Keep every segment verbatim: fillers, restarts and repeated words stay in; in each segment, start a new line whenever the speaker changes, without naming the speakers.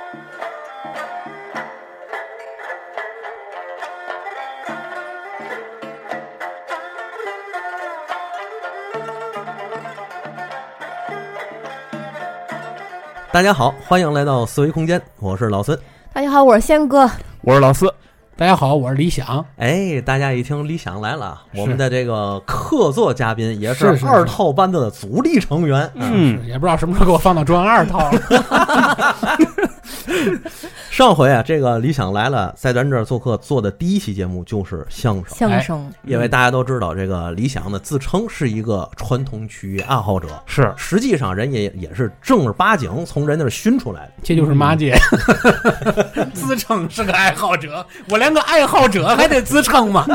大家好，欢迎来到思维空间，我是老孙。
大家好，我是仙哥，
我是老四。
大家好，我是李想。
哎，大家一听李想来了，我们的这个客座嘉宾也是
是
二套班子的主力成员，
嗯，也不知道什么时候给我放到中央二套了。
上回啊，这个李想来了，在咱这儿做客做的第一期节目就是相声。
相声，
哎、因为大家都知道，这个李想呢自称是一个传统曲艺爱好者，
是，
实际上人也也是正儿八经从人那儿熏出来的。
这就是马姐，自称是个爱好者，我连个爱好者还得自称吗？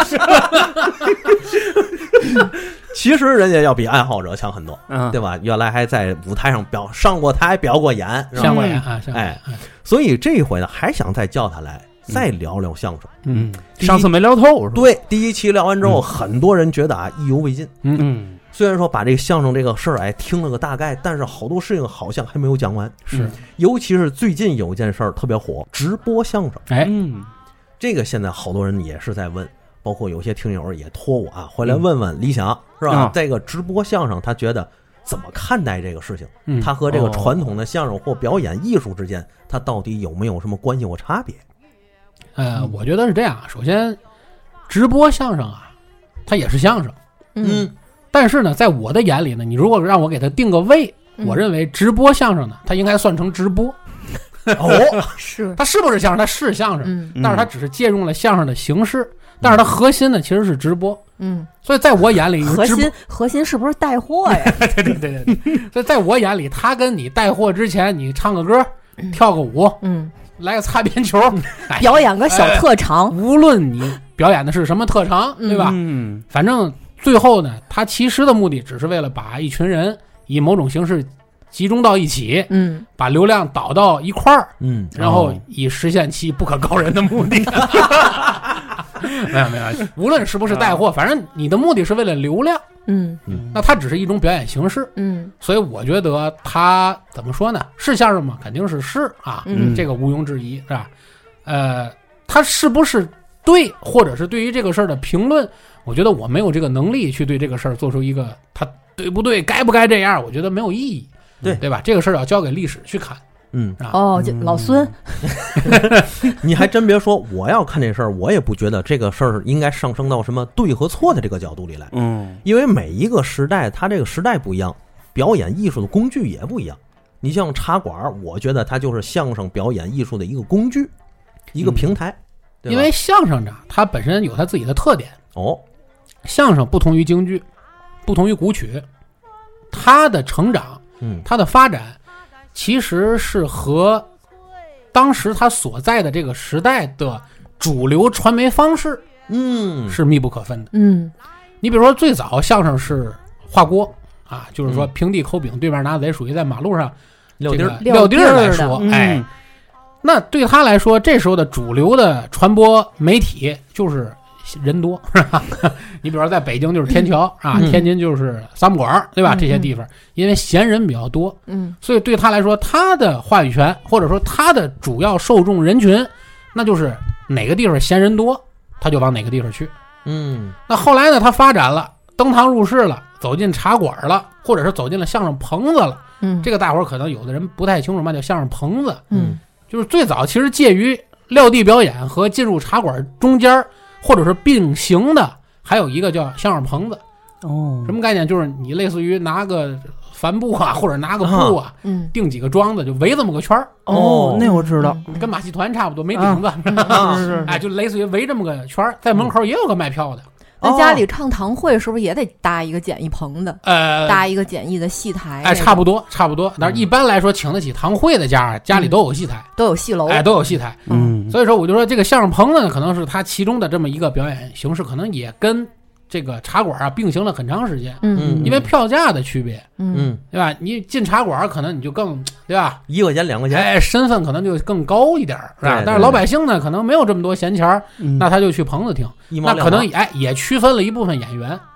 其实人家要比爱好者强很多，
嗯，
对吧？原来还在舞台上表上过台、表过演，
上过演啊，
哎，所以这一回呢，还想再叫他来，再聊聊相声。
嗯，
上次没聊透是吧？
对，第一期聊完之后，嗯、很多人觉得啊意犹未尽。
嗯嗯，
虽然说把这个相声这个事儿哎听了个大概，但是好多事情好像还没有讲完。
是，
尤其是最近有一件事儿特别火，直播相声。
哎，
嗯，
这个现在好多人也是在问。包括有些听友也托我啊，回来问问李想、嗯、是吧、嗯？这个直播相声，他觉得怎么看待这个事情？嗯，他和这个传统的相声或表演艺术之间，它到底有没有什么关系或差别？
呃，我觉得是这样。首先，直播相声啊，它也是相声，
嗯，
但是呢，在我的眼里呢，你如果让我给它定个位，
嗯、
我认为直播相声呢，它应该算成直播。
哦，
是，
它是不是相声？它是相声，
嗯，
但是它只是借用了相声的形式。但是它核心呢，其实是直播，
嗯，
所以在我眼里，
核心核心是不是带货呀？
对对对对对，所以在我眼里，他跟你带货之前，你唱个歌，跳个舞，
嗯，
来个擦边球，
哎、表演个小特长、
哎，无论你表演的是什么特长，对吧？
嗯，
反正最后呢，他其实的目的只是为了把一群人以某种形式集中到一起，
嗯，
把流量导到一块儿，
嗯，
然后以实现其不可告人的目的。没有没有，无论是不是带货，反正你的目的是为了流量，
嗯
嗯，那它只是一种表演形式，
嗯，
所以我觉得它怎么说呢？是相声吗？肯定是是啊，
嗯，
这个毋庸置疑，是吧？呃，它是不是对，或者是对于这个事儿的评论，我觉得我没有这个能力去对这个事儿做出一个它对不对，该不该这样，我觉得没有意义，
对
对吧？这个事儿要交给历史去看。
嗯，
哦，这老孙，
你还真别说，我要看这事儿，我也不觉得这个事儿应该上升到什么对和错的这个角度里来。
嗯，
因为每一个时代，它这个时代不一样，表演艺术的工具也不一样。你像茶馆，我觉得它就是相声表演艺术的一个工具，一个平台。
嗯、因为相声呢，它本身有它自己的特点。
哦，
相声不同于京剧，不同于古曲，它的成长，
嗯，
它的发展。其实是和当时他所在的这个时代的主流传媒方式，
嗯，
是密不可分的。
嗯，
你比如说最早相声是画锅啊，就是说平地抠饼，对面拿贼，属于在马路上
撂地儿
撂地儿来说，哎，那对他来说，这时候的主流的传播媒体就是人多，是吧？你比如说在北京就是天桥啊，
嗯、
天津就是三不管，对吧？
嗯、
这些地方因为闲人比较多，
嗯，
所以对他来说，他的话语权或者说他的主要受众人群，那就是哪个地方闲人多，他就往哪个地方去。
嗯，
那后来呢，他发展了，登堂入室了，走进茶馆了，或者是走进了相声棚子了。
嗯，
这个大伙儿可能有的人不太清楚嘛，叫相声棚子。
嗯，
就是最早其实介于撂地表演和进入茶馆中间。或者是并行的，还有一个叫相声棚子。
哦，
什么概念？就是你类似于拿个帆布啊，或者拿个布啊，
嗯，
钉几个桩子，就围这么个圈儿。
哦，那我知道，
跟马戏团差不多，没顶子，
啊、是是是
哎，就类似于围这么个圈儿，在门口也有个卖票的。
那家里唱堂会是不是也得搭一个简易棚的？
呃，
搭一个简易的戏台。
哎，差不多，差不多。但是一般来说，请得起堂会的家，家里都有戏台，
嗯、都有戏楼，
哎，都有戏台。
嗯，
所以说我就说这个相声棚呢，可能是它其中的这么一个表演形式，可能也跟这个茶馆啊并行了很长时间。
嗯，
因为票价的区别，
嗯，
对吧？你进茶馆可能你就更对吧？
一块钱两块钱，
哎，身份可能就更高一点，是吧？但是老百姓呢，可能没有这么多闲钱儿，那他就去棚子听，那可能哎也区分了一部分演员。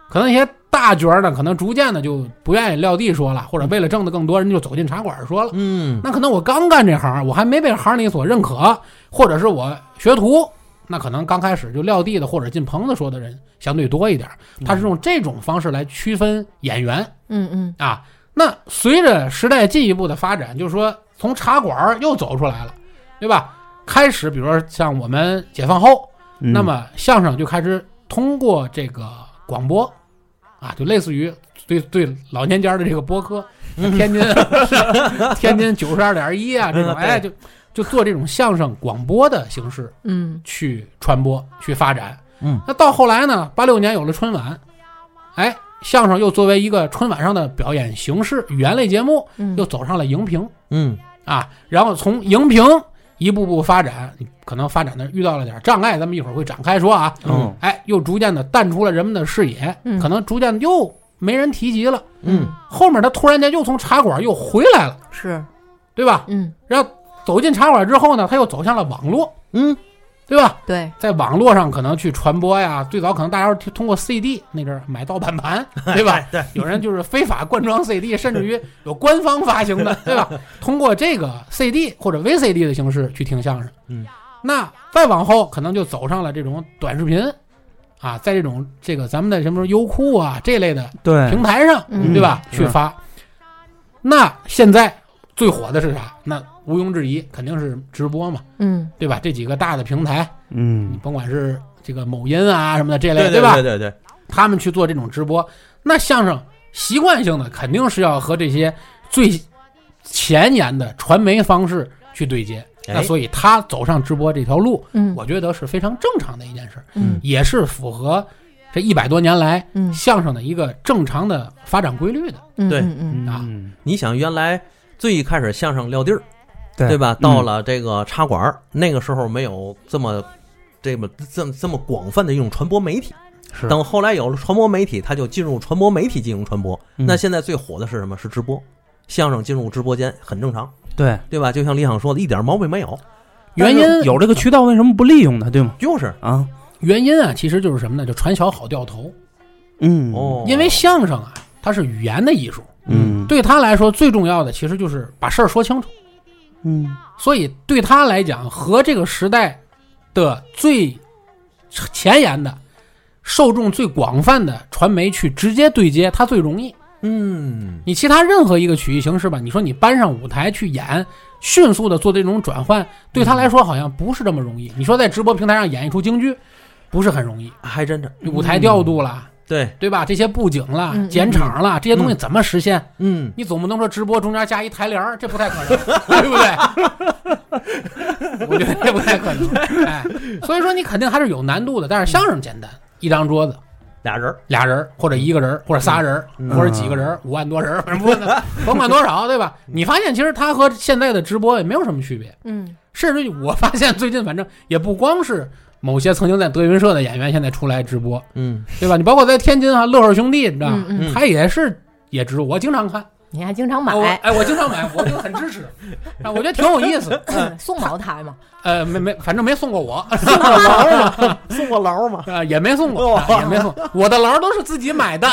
可能一些大角呢，可能逐渐的就不愿意撂地说了，或者为了挣得更多，人就走进茶馆说了。
嗯，
那可能我刚干这行，我还没被行里所认可，或者是我学徒，那可能刚开始就撂地的或者进棚子说的人相对多一点。他是用这种方式来区分演员。
嗯嗯
啊，那随着时代进一步的发展，就是说从茶馆又走出来了，对吧？开始比如说像我们解放后，
嗯、
那么相声就开始通过这个广播啊，就类似于对对老年间的这个播客，天津天津九十二点一啊这种，哎，就就做这种相声广播的形式，
嗯，
去传播去发展。
嗯，
那到后来呢，八六年有了春晚，哎，相声又作为一个春晚上的表演形式，语言类节目，又走上了荧屏。
嗯
啊，然后从荧屏一步步发展，可能发展的遇到了点障碍，咱们一会儿会展开说啊。
嗯，
哎，又逐渐的淡出了人们的视野，
嗯、
可能逐渐又没人提及了。
嗯，
后面他突然间又从茶馆又回来了，
是，
对吧？
嗯，
然后走进茶馆之后呢，他又走向了网络。
嗯，
对吧？
对，
在网络上可能去传播呀，最早可能大家通过 C D 那阵儿买盗版盘，对吧？
对，
有人就是非法灌装 C D， 甚至于有官方发行的，对吧？通过这个 C D 或者 V C D 的形式去听相声。
嗯，
那再往后可能就走上了这种短视频啊，在这种这个咱们的什么优酷啊这类的
对
平台上，
嗯、
对吧？去发。那现在最火的是啥？那毋庸置疑，肯定是直播嘛，
嗯，
对吧？这几个大的平台，
嗯，
甭管是这个某音啊什么的这类，
对对
吧？
对对对，
他们去做这种直播，那相声习惯性的肯定是要和这些最前沿的传媒方式去对接。
哎、
那所以他走上直播这条路，
嗯，
我觉得是非常正常的一件事，
嗯，
也是符合这一百多年来，
嗯，
相声的一个正常的发展规律的。
嗯，
对，
嗯
啊，
你想原来最一开始相声撂地儿。
对,
对吧？到了这个茶馆、嗯，那个时候没有这么这么这么这么广泛的一种传播媒体。
是
等后来有了传播媒体，它就进入传播媒体进行传播。
嗯、
那现在最火的是什么？是直播，相声进入直播间很正常，
对
对吧？就像李想说的，一点毛病没有。
原因
有这个渠道，为什么不利用呢？对吗？
就是
啊，
原因啊，其实就是什么呢？就传小好掉头。
嗯
哦，
因为相声啊，它是语言的艺术。
嗯，
对他来说最重要的其实就是把事儿说清楚。
嗯，
所以对他来讲，和这个时代的最前沿的、受众最广泛的传媒去直接对接，他最容易。
嗯，
你其他任何一个曲艺形式吧，你说你搬上舞台去演，迅速的做这种转换，对他来说好像不是这么容易。你说在直播平台上演一出京剧，不是很容易，
还真的。
舞台调度啦。
嗯对
对吧？这些布景啦、
嗯、
剪场啦、嗯，这些东西怎么实现？
嗯，
你总不能说直播中间加一台帘儿，这不太可能，对不对？我觉得这不太可能。哎，所以说你肯定还是有难度的。但是相声简单，一张桌子，
俩人，
俩人或者一个人或者仨人、嗯、或者几个人，五万多人，反正不甭管多少，对吧？你发现其实它和现在的直播也没有什么区别。
嗯，
甚至我发现最近反正也不光是。某些曾经在德云社的演员现在出来直播，
嗯，
对吧？你包括在天津啊，乐呵兄弟，你知道吗？
嗯
嗯、他也是也直播，我经常看，
你还经常买？
我哎，我经常买，我就很支持，啊，我觉得挺有意思。
嗯、送茅台嘛？
呃，没没，反正没送过我，
送过劳嘛，送过劳嘛，
啊，也没送过，啊、也没送，我的劳都是自己买的。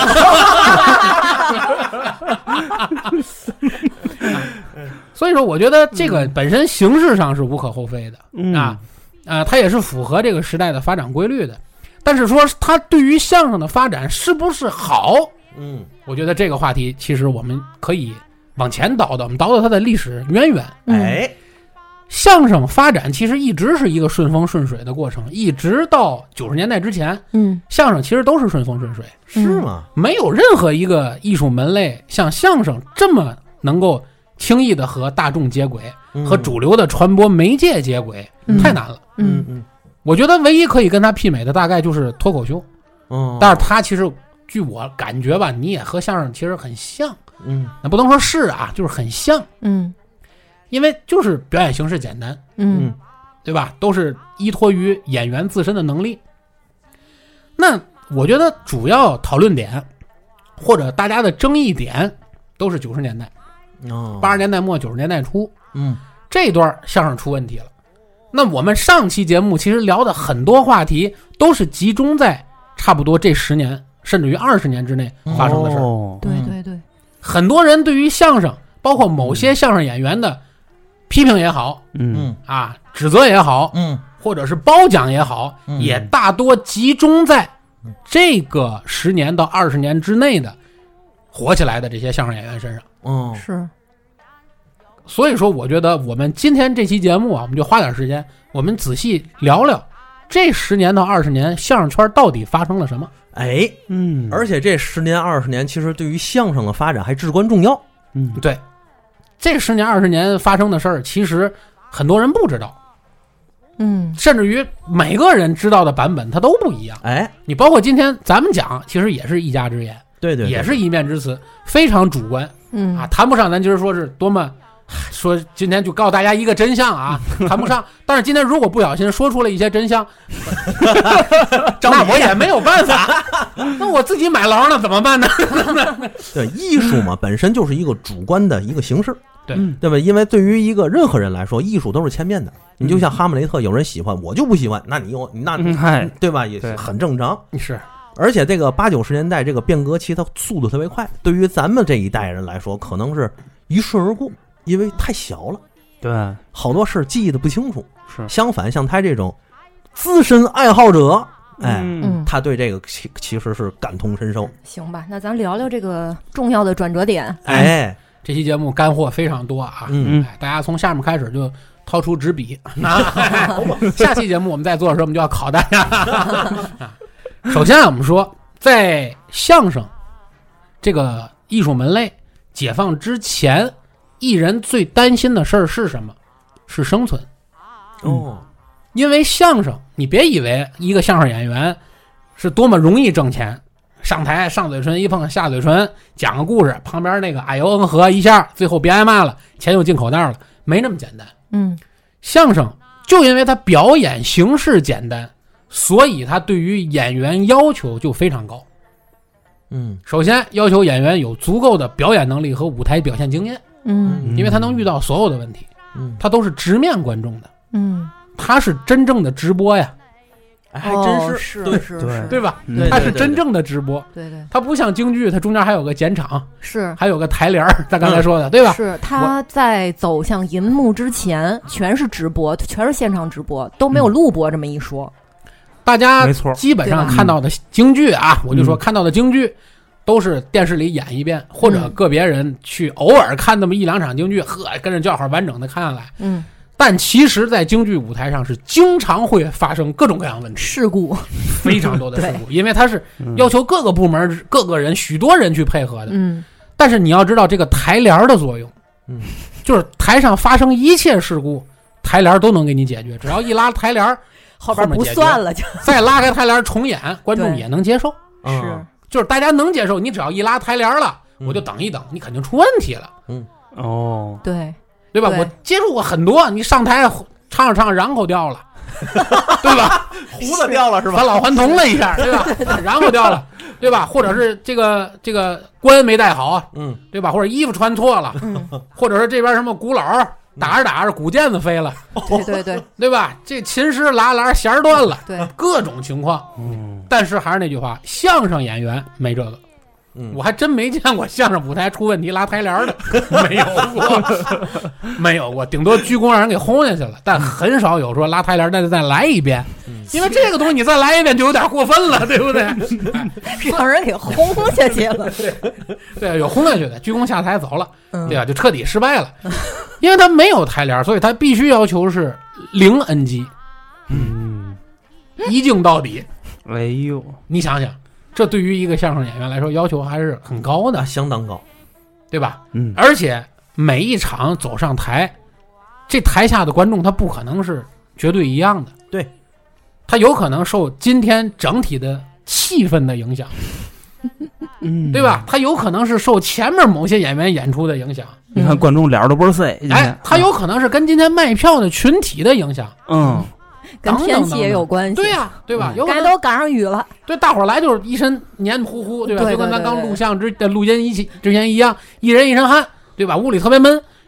所以说，我觉得这个本身形式上是无可厚非的、
嗯、
啊。啊、呃，它也是符合这个时代的发展规律的，但是说它对于相声的发展是不是好？
嗯，
我觉得这个话题其实我们可以往前倒倒，我们倒倒它的历史渊源。
哎，
相声发展其实一直是一个顺风顺水的过程，一直到九十年代之前，
嗯，
相声其实都是顺风顺水，
是吗？
没有任何一个艺术门类像相声这么能够轻易的和大众接轨。和主流的传播媒介接轨、嗯、太难了。
嗯嗯，
我觉得唯一可以跟他媲美的大概就是脱口秀。
嗯，
但是他其实据我感觉吧，你也和相声其实很像。
嗯，
那不能说是啊，就是很像。
嗯，
因为就是表演形式简单。
嗯，
对吧？都是依托于演员自身的能力。那我觉得主要讨论点或者大家的争议点都是九十年代。
哦，
八十年代末九十年代初。
嗯，
这段相声出问题了。那我们上期节目其实聊的很多话题都是集中在差不多这十年甚至于二十年之内发生的事儿。
哦，
对对对，
很多人对于相声，包括某些相声演员的批评也好，
嗯
啊，指责也好，
嗯，
或者是褒奖也好，
嗯
也大多集中在这个十年到二十年之内的火起来的这些相声演员身上。
嗯，
是，
所以说，我觉得我们今天这期节目啊，我们就花点时间，我们仔细聊聊这十年到二十年相声圈到底发生了什么。
哎，
嗯，
而且这十年二十年，其实对于相声的发展还至关重要。
嗯，
对，这十年二十年发生的事儿，其实很多人不知道，
嗯，
甚至于每个人知道的版本它都不一样。
哎，
你包括今天咱们讲，其实也是一家之言，
对对，对
也是一面之词，非常主观。
嗯
啊，谈不上咱今儿说是多么说今天就告诉大家一个真相啊，谈不上。但是今天如果不小心说出了一些真相，那我也没有办法。那我自己买楼呢怎么办呢？
对，艺术嘛，本身就是一个主观的一个形式，
对
对吧？因为对于一个任何人来说，艺术都是千面的。你就像哈姆雷特，有人喜欢，我就不喜欢，那你有那
嗯嗨，
对吧？也
对
很正常。
是，
而且这个八九十年代这个变革期，它速度特别快，对于咱们这一代人来说，可能是一瞬而过，因为太小了，
对，
好多事记得不清楚。
是，
相反，像他这种资深爱好者，哎，
嗯
他对这个其其实是感同身受。
行吧，那咱聊聊这个重要的转折点。
哎，
这期节目干货非常多啊，
嗯
哎，大家从下面开始就掏出纸笔，下期节目我们在做的时候，我们就要考大家。首先我们说，在相声这个艺术门类解放之前，艺人最担心的事儿是什么？是生存。
哦，
因为相声，你别以为一个相声演员是多么容易挣钱，上台上嘴唇一碰下嘴唇，讲个故事，旁边那个哎呦嗯和一下，最后别挨骂了，钱又进口袋了，没那么简单。
嗯，
相声就因为它表演形式简单，所以它对于演员要求就非常高。
嗯，
首先要求演员有足够的表演能力和舞台表现经验，
嗯
因为他能遇到所有的问题，
嗯，
他都是直面观众的，
嗯，
他是真正的直播呀，
哎还真
哦
是，对
对
是是，
对吧？
嗯
他是真正的直播，
对对
他不像京剧，它中间还有个剪场，
是。
还有个台帘儿，咱刚才说的，对吧？
是他在走向银幕之前，全是直播，全是现场直播，都没有录播这么一说。
大家
没错
基本上
对吧
看到的京剧啊，我就说
嗯
看到的京剧，都是电视里演一遍，或者个别人去偶尔看那么一两场京剧，呵，跟着叫好完整的看下来。
嗯，
但其实，在京剧舞台上是经常会发生各种各样的问题，
事故。
非常多的事故，因为它是要求各个部门、各个人、许多人去配合的。
嗯
但是你要知道这个台帘儿的作用，
嗯，
就是台上发生一切事故，台帘儿都能给你解决，只要一拉台帘儿，
后边不算了就
再拉开台帘儿重演，观众
对
也能接受。
嗯
是
就是大家能接受，你只要一拉台帘儿了，
嗯
我就等一等，你肯定出问题了，
哦，
对
对吧？
对
我接触过很多，你上台唱着唱着，瓤口掉了，对吧？
胡子掉了是吧？
返老还童了一下，对吧？瓤口掉了，对吧？或者是这个这个冠没戴好，
嗯，
对吧？或者衣服穿错了，
嗯，
或者是这边什么鼓篓打着打着鼓毽子飞了，
对对对
对吧？这琴师拉拉弦儿断了，
对，
各种情况。
嗯，
但是还是那句话，相声演员没这个。
嗯
我还真没见过相声舞台出问题拉台帘儿的，没有过，没有过，顶多鞠躬让人给轰下去了，但很少有说拉台帘儿再再来一遍，因为这个东西你再来一遍就有点过分了，对不对？
让人给轰下去了。
对，有轰下去的，鞠躬下台走了，
嗯
对吧？就彻底失败了，因为他没有台帘儿，所以他必须要求是零 N G，
嗯，
一镜到底。
哎呦，
你想想，这对于一个相声演员来说要求还是很高的
那，相当高。
对吧？
嗯，
而且每一场走上台，这台下的观众他不可能是绝对一样的，
对，
他有可能受今天整体的气氛的影响，
嗯，
对吧？他有可能是受前面某些演员演出的影响，
你看观众脸儿都不是塞，今
哎
天，
他有可能是跟今天卖票的群体的影响，
嗯，
跟天气也有关系。
对呀、啊，对吧？有可能
刚才都赶上雨了。
对大伙儿来就是一身黏糊糊，对吧？
对对
就跟咱刚
对对
录像之录音一起之前一样，一人一身汗，对吧？屋里特别闷。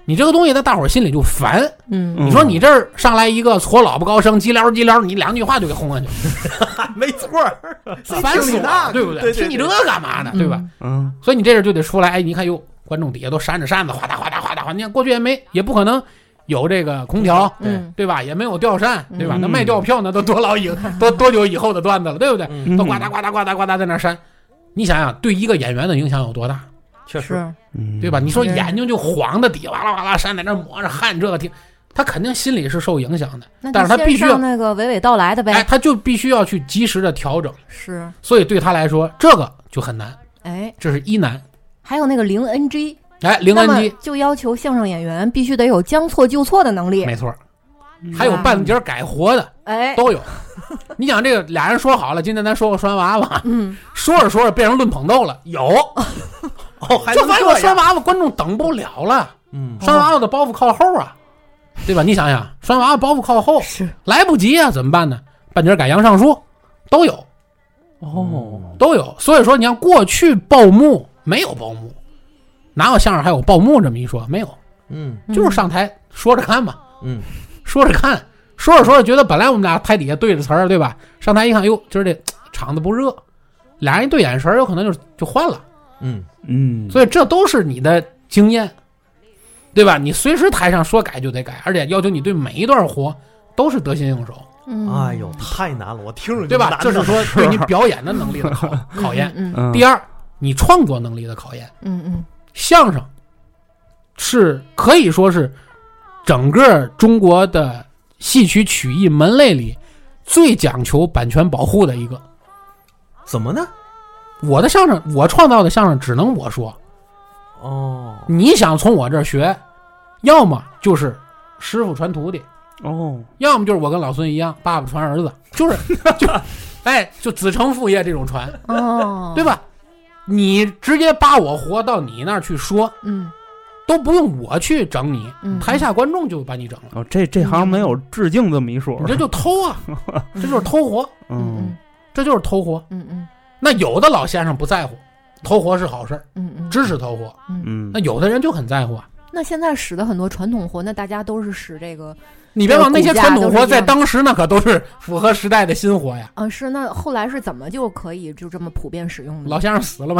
你这个东西在大伙儿心里就烦。
嗯，
你说你这儿上来一个搓老不高声，叽撩叽撩，你两句话就给轰下去，
没错，
烦死了，对不对？
对对对
听你这干嘛呢？对吧？
嗯，
所以你这人就得出来，哎，你看哟，观众底下都扇着扇子，哗嗒哗嗒哗嗒哗，你看过去也没也不可能有这个空调，
嗯，
对吧？也没有吊扇，对吧？
嗯
那卖吊票那都多老以多多久以后的段子了，对不对？
嗯
都呱嗒呱嗒呱嗒呱嗒在那扇，你想想，对一个演员的影响有多大？
确实，
是，
嗯
对吧？你说眼睛就晃的底哇啦哇啦扇在那抹着汗，这个听他肯定心里是受影响的，
那
但是他必须要
先上那个娓娓道来的呗。
哎，他就必须要去及时的调整，
是，
所以对他来说这个就很难，
哎，
这是一难。
还有那个零 N G，
哎，零 N G
就要求相声演员必须得有将错就错的能力。
没错，还有半截改活的
哎，
都有。你想这个俩人说好了，今天咱说个拴娃娃，
嗯，
说着说着变成论捧逗了，有，
哦，还
就发现
能这样，
拴娃娃观众等不了了，
嗯，
拴娃娃的包袱靠后啊，对吧？你想想，拴娃娃包袱靠后，
是，
来不及啊，怎么办呢？半截改杨尚书都有，
哦，
都有。所以说，你看过去报幕没有报幕，哪有相声还有报幕这么一说？没有，
嗯
就是上台说着看嘛，
嗯，
说着看，说着说着觉得本来我们俩台底下对着词儿，对吧？上台一看，哟，今儿这场子不热，俩人一对眼神，有可能就就换了。
嗯
嗯，
所以这都是你的经验，对吧？你随时台上说改就得改，而且要求你对每一段活都是得心应手，
嗯，
哎呦，太难了，我听着就
对吧？
难
这是说
是
对你表演的能力的考考验。
嗯
嗯
第二，你创作能力的考验。
嗯嗯
相声是可以说是整个中国的戏曲曲艺门类里最讲求版权保护的一个。
怎么呢？
我的相声，我创造的相声只能我说，
哦，
你想从我这儿学，要么就是师傅传徒弟，
哦，
要么就是我跟老孙一样，爸爸传儿子，就是就哎就子承父业这种传，
哦，
对吧？你直接把我活到你那儿去说，
嗯
都不用我去整你，
嗯，
台下观众就把你整了，
哦，这这行没有致敬这么一说
你，这就偷啊，这就是偷活，
嗯
这就是偷活。
嗯嗯
那有的老先生不在乎，偷活是好事儿，
嗯嗯，
支持偷活。
嗯
那，有的人就很在乎啊。
那现在使的很多传统活，那大家都是使这个，
你别忘那些传统活在
这个骨架都是一样的
当时那可都是符合时代的新活呀。
啊，是那后来是怎么就可以就这么普遍使用的？
老先生死了吗？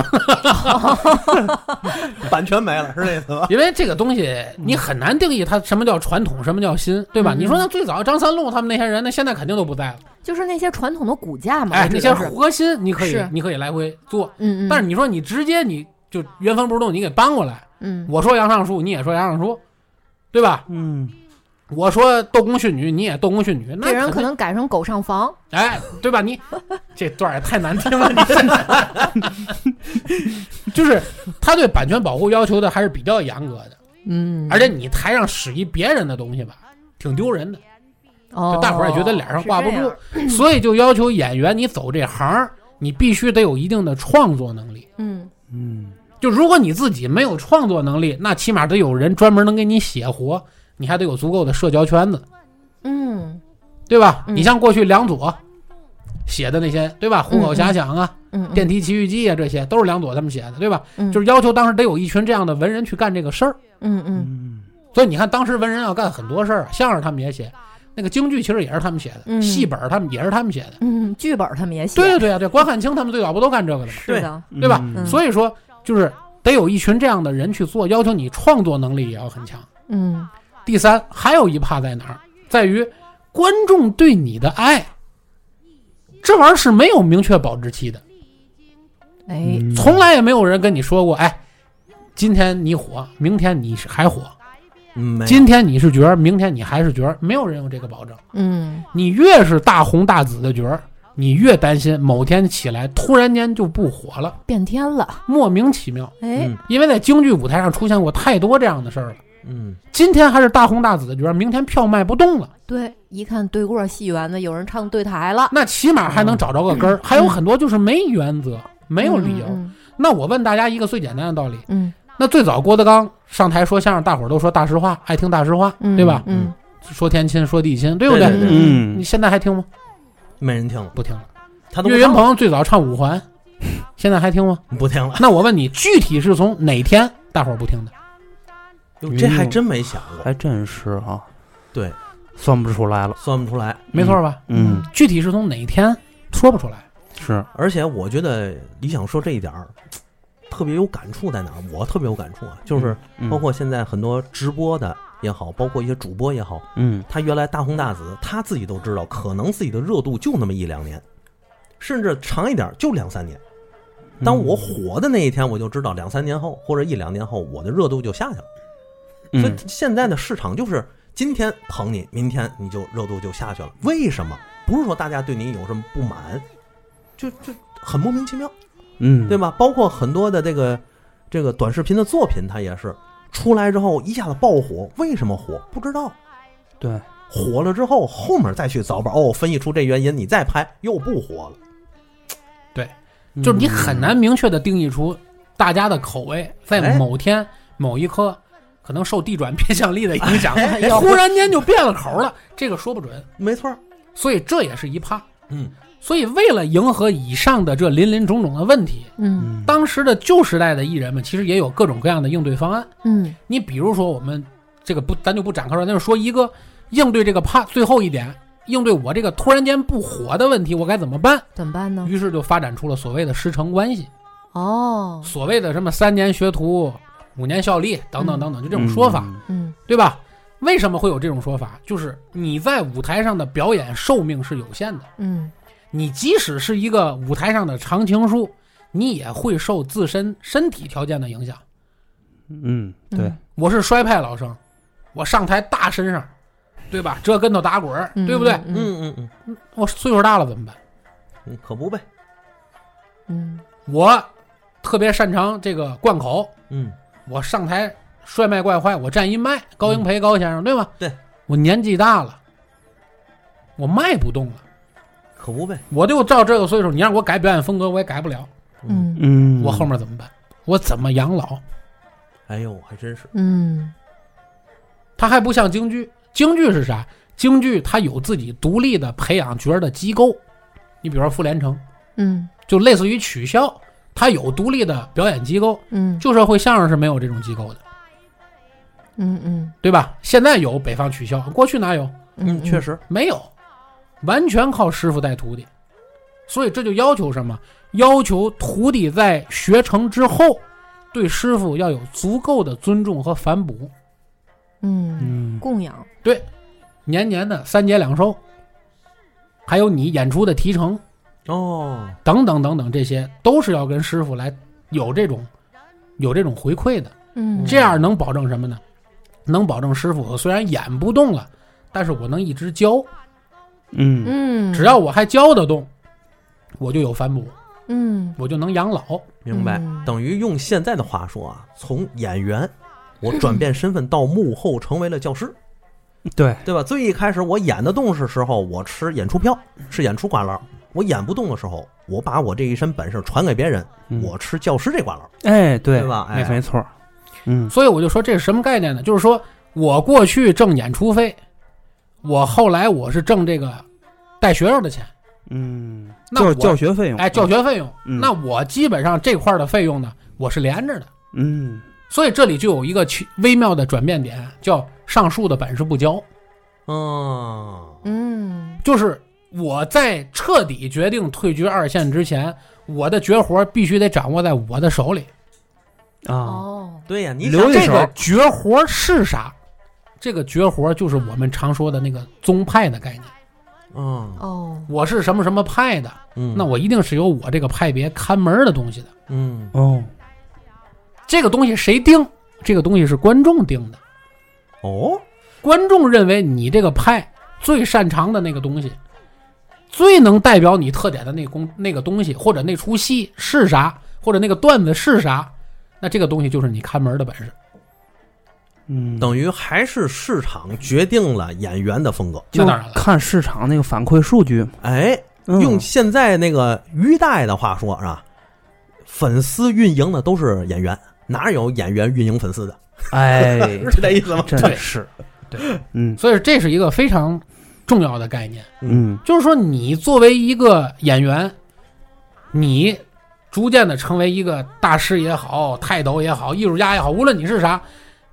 版权没了是这意思吧？
因为这个东西你很难定义它什么叫传统，什么叫新，对吧？
嗯
你说那最早张三禄他们那些人，那现在肯定都不在了。
就是那些传统的骨架嘛，
哎，那些
我指的是
核心你可以
是
你可以来回做，
嗯嗯，
但是你说你直接你就原封不动你给搬过来，
嗯，
我说杨尚书你也说杨尚书，对吧？
嗯，
我说斗公训女你也斗公训女，那
这人
肯定
可能改成狗上房，
哎，对吧？你这段也太难听了，你真的，就是他对版权保护要求的还是比较严格的，
嗯，
而且你台上使一别人的东西吧，挺丢人的，
哦，
就大伙儿也觉得脸上挂不住
是这样，
所以就要求演员你走这行，你必须得有一定的创作能力。
嗯
嗯，
就如果你自己没有创作能力，那起码得有人专门能给你写活，你还得有足够的社交圈子，
嗯
对吧？
嗯
你像过去梁左写的那些，对吧？虎口遐想啊。
嗯，
电梯奇遇记啊，这些都是梁左他们写的，对吧？
嗯
就是要求当时得有一群这样的文人去干这个事儿。
嗯嗯
嗯，
所以你看，当时文人要干很多事儿，相声他们也写，那个京剧其实也是他们写的，
嗯
戏本他们也是他们写的。
嗯，剧本他们也写，
对对对啊，对关汉卿他们最早不都干这个的吗？
是的，
对吧？
嗯
所以说，就是得有一群这样的人去做，要求你创作能力也要很强。
嗯
第三，还有一怕在哪儿，在于观众对你的爱，这玩意儿是没有明确保质期的。
哎，
嗯
从来也没有人跟你说过，哎，今天你火，明天你是还火，
嗯，没有
今天你是角儿，明天你还是角儿，没有人有这个保证。
嗯
你越是大红大紫的角儿，你越担心某天起来突然间就不火了，
变天了，
莫名其妙。
哎，
嗯
因为在京剧舞台上出现过太多这样的事儿了。
嗯，
今天还是大红大紫的角儿，明天票卖不动了，
对，一看对过戏园子，有人唱对台了，
那起码还能找着个根儿。还有很多就是没原则，没有理由。
嗯
那我问大家一个最简单的道理，
嗯
那最早郭德纲上台说相声，大伙儿都说大实话，爱听大实话，
嗯，
对吧？
嗯，
说天亲，说地亲，对不对？
对对
嗯
你现在还听吗？
没人听了，
不听了。
他都不
岳云
唱了
鹏最早唱五环，现在还听吗？
不听了，
那我问你，具体是从哪天大伙儿不听的？
哟，这还真没想过，
还真是哈、啊。
对，
算不出来了，
算不出来，
没错吧？
嗯，
具体是从哪天说不出来。
是，
而且我觉得李想说这一点儿特别有感触在哪儿？我特别有感触啊，就是包括现在很多直播的也好，包括一些主播也好，
嗯，
他原来大红大紫，他自己都知道，可能自己的热度就那么一两年，甚至长一点就两三年。当我火的那一天，我就知道两三年后或者一两年后，我的热度就下去了。
嗯、
所以现在的市场就是今天捧你，明天你就热度就下去了。为什么？不是说大家对你有什么不满，就就很莫名其妙，
嗯，
对吧？包括很多的这个这个短视频的作品，它也是出来之后一下子爆火，为什么火？不知道。
对，
火了之后，后面再去找吧，哦，分析出这原因，你再拍又不火了。
对，就是你很难明确的定义出大家的口味在某天、哎、某一刻可能受地转偏向力的影响，哎、忽然间就变了口了，这个说不准。
没错，
所以这也是一怕。
嗯，
所以为了迎合以上的这林林种种的问题，
嗯，
当时的旧时代的艺人们其实也有各种各样的应对方案。
嗯，
你比如说我们这个不，咱就不展开说，那就说一个应对这个怕最后一点，应对我这个突然间不火的问题，我该怎么办？
怎么办呢？
于是就发展出了所谓的师承关系。
哦，
所谓的什么三年学徒、五年效力等等等等，就这种说法，
嗯，
对吧？为什么会有这种说法？就是你在舞台上的表演寿命是有限的，
嗯，
你即使是一个舞台上的常青树，你也会受自身身体条件的影响。
嗯，对，
我是衰派老生，我上台大身上，对吧？折跟头打滚，
嗯、
对不对？
嗯嗯嗯
嗯，我岁数大了怎么办？
嗯，可不呗。
嗯，
我特别擅长这个贯口，
嗯，
我上台帅麦怪坏，我站一麦，高英培高先生，对吧？
对，
我年纪大了，我迈不动了，
可不呗。
我就照这个岁数，你让我改表演风格，我也改不了。
嗯
嗯，
我后面怎么办？我怎么养老？
哎呦，还真是。
嗯，
他还不像京剧，京剧是啥？京剧它有自己独立的培养角的机构，你比如说傅连城，
嗯，
就类似于曲校，它有独立的表演机构。
嗯，
旧社会相声是没有这种机构的。
嗯嗯，
对吧？现在有北方曲校，过去哪有？
嗯，
确实
没有，完全靠师傅带徒弟。所以这就要求什么？要求徒弟在学成之后，对师傅要有足够的尊重和反哺。
嗯
嗯，
供养。
对，年年的三节两寿，还有你演出的提成
哦，
等等等等，这些都是要跟师傅来有这种有这种回馈的。
嗯，
这样能保证什么呢？能保证师傅我虽然演不动了，但是我能一直教。
嗯
嗯，
只要我还教得动，我就有反哺，
嗯，
我就能养老。
明白。
嗯、
等于用现在的话说啊，从演员我转变身份到幕后成为了教师。
对
对吧？最一开始我演得动的时候，我吃演出票，吃演出瓜劳；我演不动的时候，我把我这一身本事传给别人，
嗯、
我吃教师这瓜劳。
哎，对，
对吧？哎，
没错。嗯，
所以我就说这是什么概念呢？就是说我过去挣演出费，我后来我是挣这个带学生的钱。
嗯，
那
教学费用，
哎，教学费用、
嗯。
那我基本上这块的费用呢，我是连着的。
嗯，
所以这里就有一个微妙的转变点，叫上树的本事不教。
嗯
嗯，
就是我在彻底决定退居二线之前，我的绝活必须得掌握在我的手里。
啊，
哦，
对呀，你
留一手。
这个绝活是啥？这个绝活就是我们常说的那个宗派的概念。
嗯
哦，
我是什么什么派的，
嗯，
那我一定是有我这个派别看门的东西的。
嗯
哦，
这个东西谁定？这个东西是观众定的。
哦，
观众认为你这个派最擅长的那个东西，最能代表你特点的那公那个东西，或者那出戏是啥，或者那个段子是啥，那这个东西就是你看门的本事。
嗯，
等于还是市场决定了演员的风格。
那当然了，
看市场那个反馈数据。
哎，
嗯、
用现在那个于代的话说，是吧？粉丝运营的都是演员，哪有演员运营粉丝的？
哎，
是这意思吗？
真是，
对，
嗯，
所以这是一个非常重要的概念。
嗯，
就是说，你作为一个演员，你逐渐的成为一个大师也好，泰斗也好，艺术家也好，无论你是啥，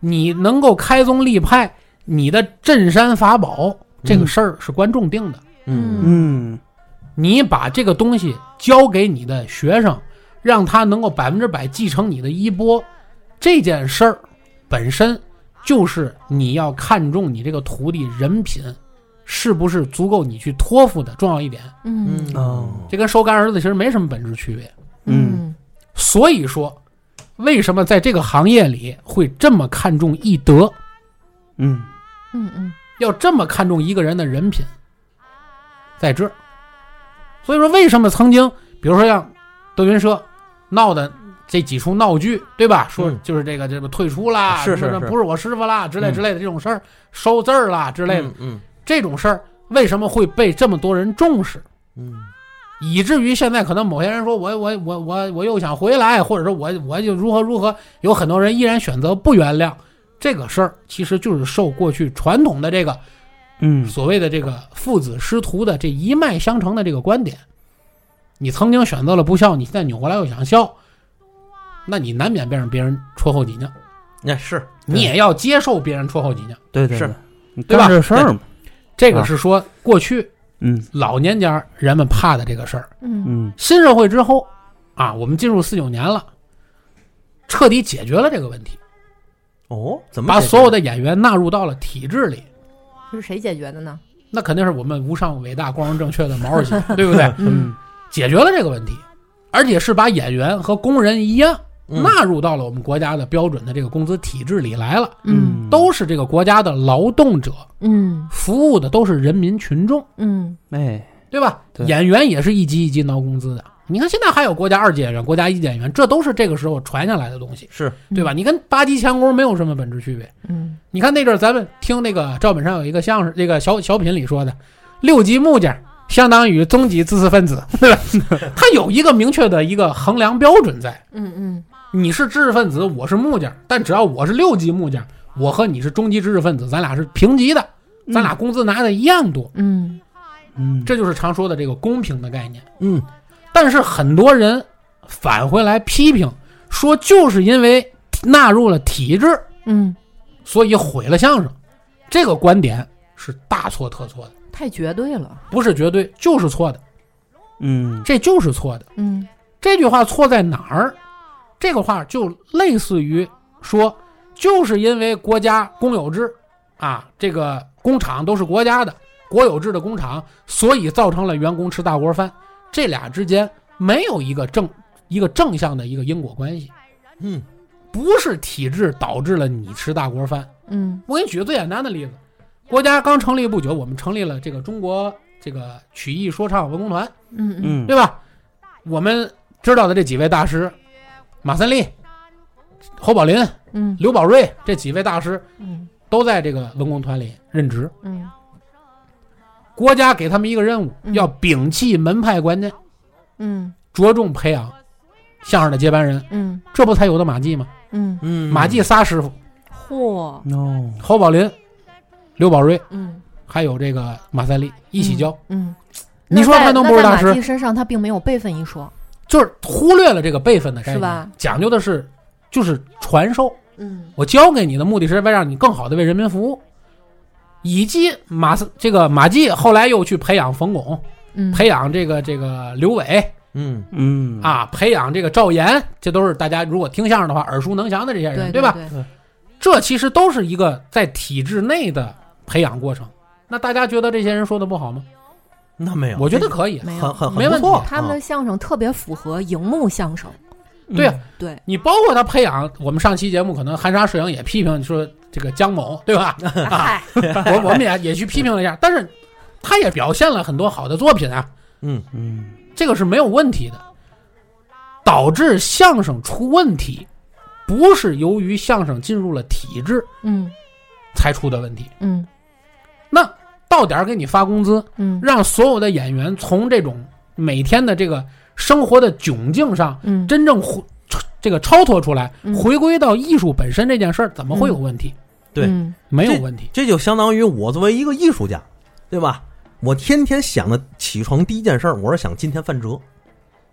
你能够开宗立派，你的镇山法宝这个事儿是观众定的。
嗯
嗯，
你把这个东西交给你的学生，让他能够百分之百继承你的衣钵，这件事儿本身就是你要看重你这个徒弟人品是不是足够你去托付的重要一点。
嗯
哦，
这跟收干儿子其实没什么本质区别。
嗯
所以说为什么在这个行业里会这么看重艺德，
嗯
嗯嗯，
要这么看重一个人的人品，在这儿。所以说为什么曾经比如说像德云社闹的这几出闹剧，对吧？说就是这个这个退出啦，
是是是，
不是我师傅啦之类之类的这种事儿，收字儿啦之类的，
嗯，
这种事儿为什么会被这么多人重视？
嗯，
以至于现在可能某些人说我我我我我又想回来，或者说我我就如何如何，有很多人依然选择不原谅这个事儿，其实就是受过去传统的这个
嗯
所谓的这个父子师徒的这一脉相承的这个观点。你曾经选择了不孝，你现在扭过来又想孝，那你难免被让别人戳后脊梁。
那是
你也要接受别人戳后脊梁。
对对
是，
对吧？
这事儿嘛，
这个是说过去
嗯
老年间人们怕的这个事儿。
嗯
嗯
新社会之后啊，我们进入四九年了，彻底解决了这个问题。
哦，怎么
把所有的演员纳入到了体制里？
这是谁解决的呢？
那肯定是我们无上伟大光荣正确的毛主席，对不对？
嗯
解决了这个问题，而且是把演员和工人一样
嗯
纳入到了我们国家的标准的这个工资体制里来了。
嗯
都是这个国家的劳动者，
嗯
服务的都是人民群众，
嗯
哎
对吧？
对
演员也是一级一级挠工资的。你看现在还有国家二级演员、国家一级演员，这都是这个时候传下来的东西，
是
对吧？你跟八级钳工没有什么本质区别。
嗯
你看那阵儿咱们听那个赵本山有一个相声，这个小小品里说的，六级木匠相当于中级知识分子，对吧？他有一个明确的一个衡量标准在。
嗯嗯
你是知识分子，我是木匠，但只要我是六级木匠，我和你是中级知识分子，咱俩是平级的，咱俩工资拿的一样多。
嗯
嗯，
这就是常说的这个公平的概念。
嗯
但是很多人返回来批评说，就是因为纳入了体制，
嗯，
所以毁了相声。这个观点是大错特错的，
太绝对了。
不是绝对，就是错的，
嗯
这就是错的。
嗯
这句话错在哪儿？这个话就类似于说，就是因为国家公有制啊，这个工厂都是国家的国有制的工厂，所以造成了员工吃大锅饭。这俩之间没有一个正一个正向的一个因果关系。
嗯，
不是体制导致了你吃大锅饭。
嗯
我给你举个最简单的例子，国家刚成立不久，我们成立了这个中国这个曲艺说唱文工团，
嗯嗯
嗯
对吧？我们知道的这几位大师，马三立、侯宝林、
嗯
刘宝瑞这几位大师
嗯
都在这个文工团里任职。
嗯
国家给他们一个任务，
嗯
要摒弃门派观念，
嗯
着重培养相声的接班人，
嗯
这不才有的马季吗？
嗯，
嗯，
马季仨师傅，
嚯，
，no，
侯宝林、刘宝瑞
嗯
还有这个马三立一起教。
嗯，
你说他能不是大师
那在马季？身上他并没有辈分一说，
就是忽略了这个辈分的概念，
是吧？
讲究的是就是传授。
嗯
我教给你的目的是为让你更好的为人民服务。以及马斯这个马季后来又去培养冯巩，
嗯，
培养这个这个刘伟
嗯
嗯
啊，培养这个赵岩，这都是大家如果听相声的话耳熟能详的这些人，吧？
对对
这其实都是一个在体制内的培养过程。那大家觉得这些人说的不好吗？
那没有，
我觉得可以。
没有
很很
没问题
很不错
他们的相声特别符合荧幕相声，
对啊，
对，
你包括他培养，我们上期节目可能含沙射影也批评说这个姜某，对吧？啊，我我们也也去批评了一下，但是他也表现了很多好的作品啊，
嗯
嗯
这个是没有问题的。导致相声出问题，不是由于相声进入了体制
嗯
才出的问题。
嗯
那到点儿给你发工资，
嗯
让所有的演员从这种每天的这个生活的窘境上，
嗯，
真正回这个超脱出来，
嗯
回归到艺术本身这件事儿，怎么会有问题？
对
嗯
没有问题。
这就相当于我作为一个艺术家，对吧？我天天想的起床第一件事儿，我是想今天范哲，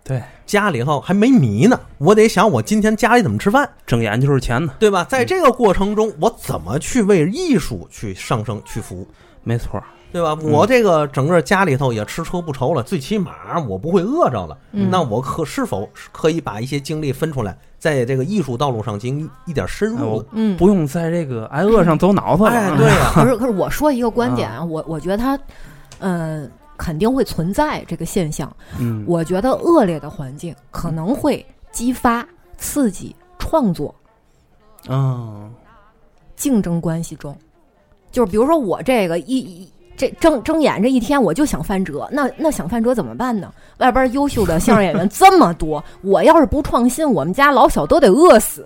对，
家里头还没米呢，我得想我今天家里怎么吃饭，
睁眼就是钱呢，
对吧？在这个过程中，我怎么去为艺术去上升、去服务？
没错，
对吧？我这个整个家里头也吃喝不愁了，最起码我不会饿着了。
嗯、
那我可是否可以把一些精力分出来，在这个艺术道路上进行一点深入？
嗯，
不用在这个挨饿上走脑子了。
哎，对呀、啊。
可是可是我说一个观点啊，我我觉得他，嗯、呃。肯定会存在这个现象。
嗯，
我觉得恶劣的环境可能会激发、刺激创作。
哦，
竞争关系中，就是比如说我这个一一这睁睁眼这一天我就想翻折，那那想翻折怎么办呢？外边优秀的相声演员这么多，我要是不创新，我们家老小都得饿死。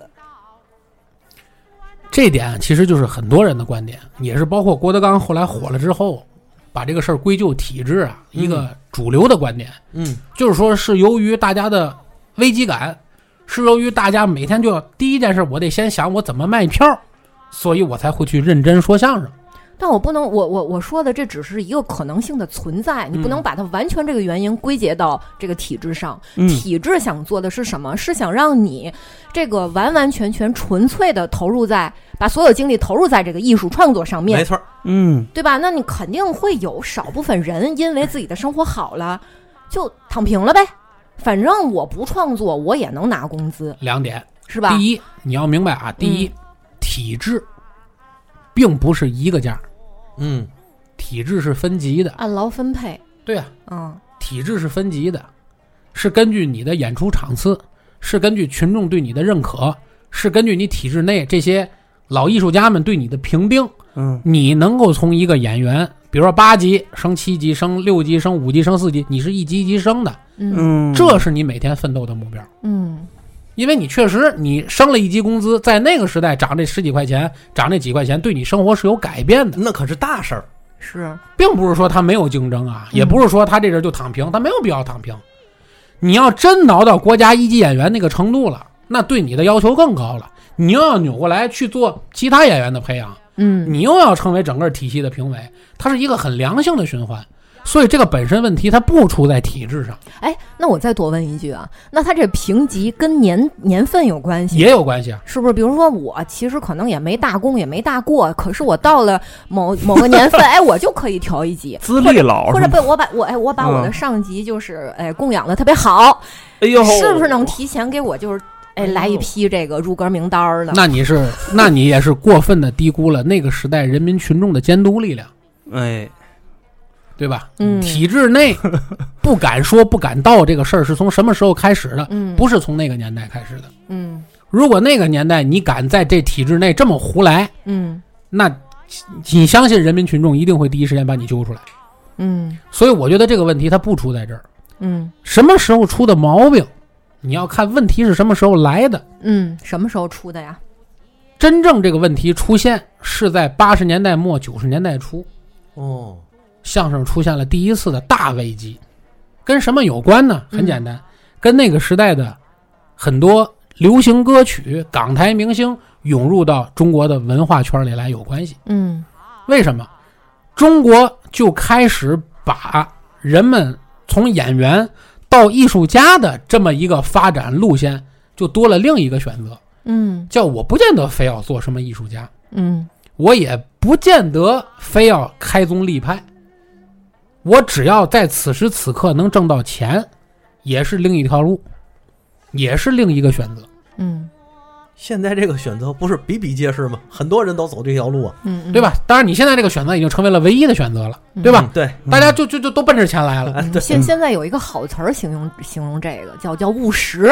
这点其实就是很多人的观点，也是包括郭德纲后来火了之后。把这个事儿归咎体制啊，一个主流的观点，
嗯，
就是说是由于大家的危机感，是由于大家每天就要第一件事，我得先想我怎么卖票，所以我才会去认真说相声。
但我不能，我我我说的这只是一个可能性的存在，你不能把它完全这个原因归结到这个体制上。
嗯、
体制想做的是什么？是想让你这个完完全全纯粹的投入在，把所有精力投入在这个艺术创作上面。
没错，
嗯，
对吧？那你肯定会有少部分人因为自己的生活好了，就躺平了呗。反正我不创作，我也能拿工资。
两点
是吧？
第一，你要明白啊，第一，嗯、体制并不是一个价。
嗯，
体制是分级的，
按劳分配。
对啊，
嗯，
体制是分级的，是根据你的演出场次，是根据群众对你的认可，是根据你体制内这些老艺术家们对你的评定。
嗯，
你能够从一个演员，比如说八级升七级升六级升五级升四级，你是一级一级升的。
嗯，
这是你每天奋斗的目标。
嗯。
因为你确实你升了一级工资，在那个时代涨这十几块钱涨这几块钱对你生活是有改变的，
那可是大事儿。
是，
并不是说他没有竞争啊，也不是说他这人就躺平，他没有必要躺平。你要真挠到国家一级演员那个程度了，那对你的要求更高了，你又要扭过来去做其他演员的培养，
嗯，
你又要成为整个体系的评委，它是一个很良性的循环。所以这个本身问题它不出在体制上。
哎，那我再多问一句啊，那它这评级跟年年份有关系？
也有关系啊，
是不是？比如说我其实可能也没大功也没大过，可是我到了某某个年份，哎，我就可以调一级，
资历老，
或者被我把我哎我把我的上级就是哎供养的特别好，
哎呦，
是不是能提前给我就是哎来一批这个入格名单了？
那你是那你也是过分的低估了那个时代人民群众的监督力量，
哎。
对吧？
嗯，
体制内不敢说不敢道这个事儿是从什么时候开始的？
嗯，
不是从那个年代开始的。
嗯，
如果那个年代你敢在这体制内这么胡来，
嗯，
那你相信人民群众一定会第一时间把你揪出来。
嗯，
所以我觉得这个问题它不出在这儿。
嗯，
什么时候出的毛病？你要看问题是什么时候来的。
嗯，什么时候出的呀？
真正这个问题出现是在八十年代末九十年代初。
哦。
相声出现了第一次的大危机，跟什么有关呢？很简单，嗯、跟那个时代的很多流行歌曲、港台明星涌入到中国的文化圈里来有关系。
嗯，
为什么？中国就开始把人们从演员到艺术家的这么一个发展路线，就多了另一个选择。
嗯，
叫我不见得非要做什么艺术家，
嗯，
我也不见得非要开宗立派。我只要在此时此刻能挣到钱，也是另一条路，也是另一个选择。
嗯，
现在这个选择不是比比皆是吗？很多人都走这条路啊，
嗯，
对吧？当然，你现在这个选择已经成为了唯一的选择了，对吧？
嗯、对，
大家就就就都奔着钱来了。
嗯、现现在有一个好词儿形容形容这个，叫叫务实。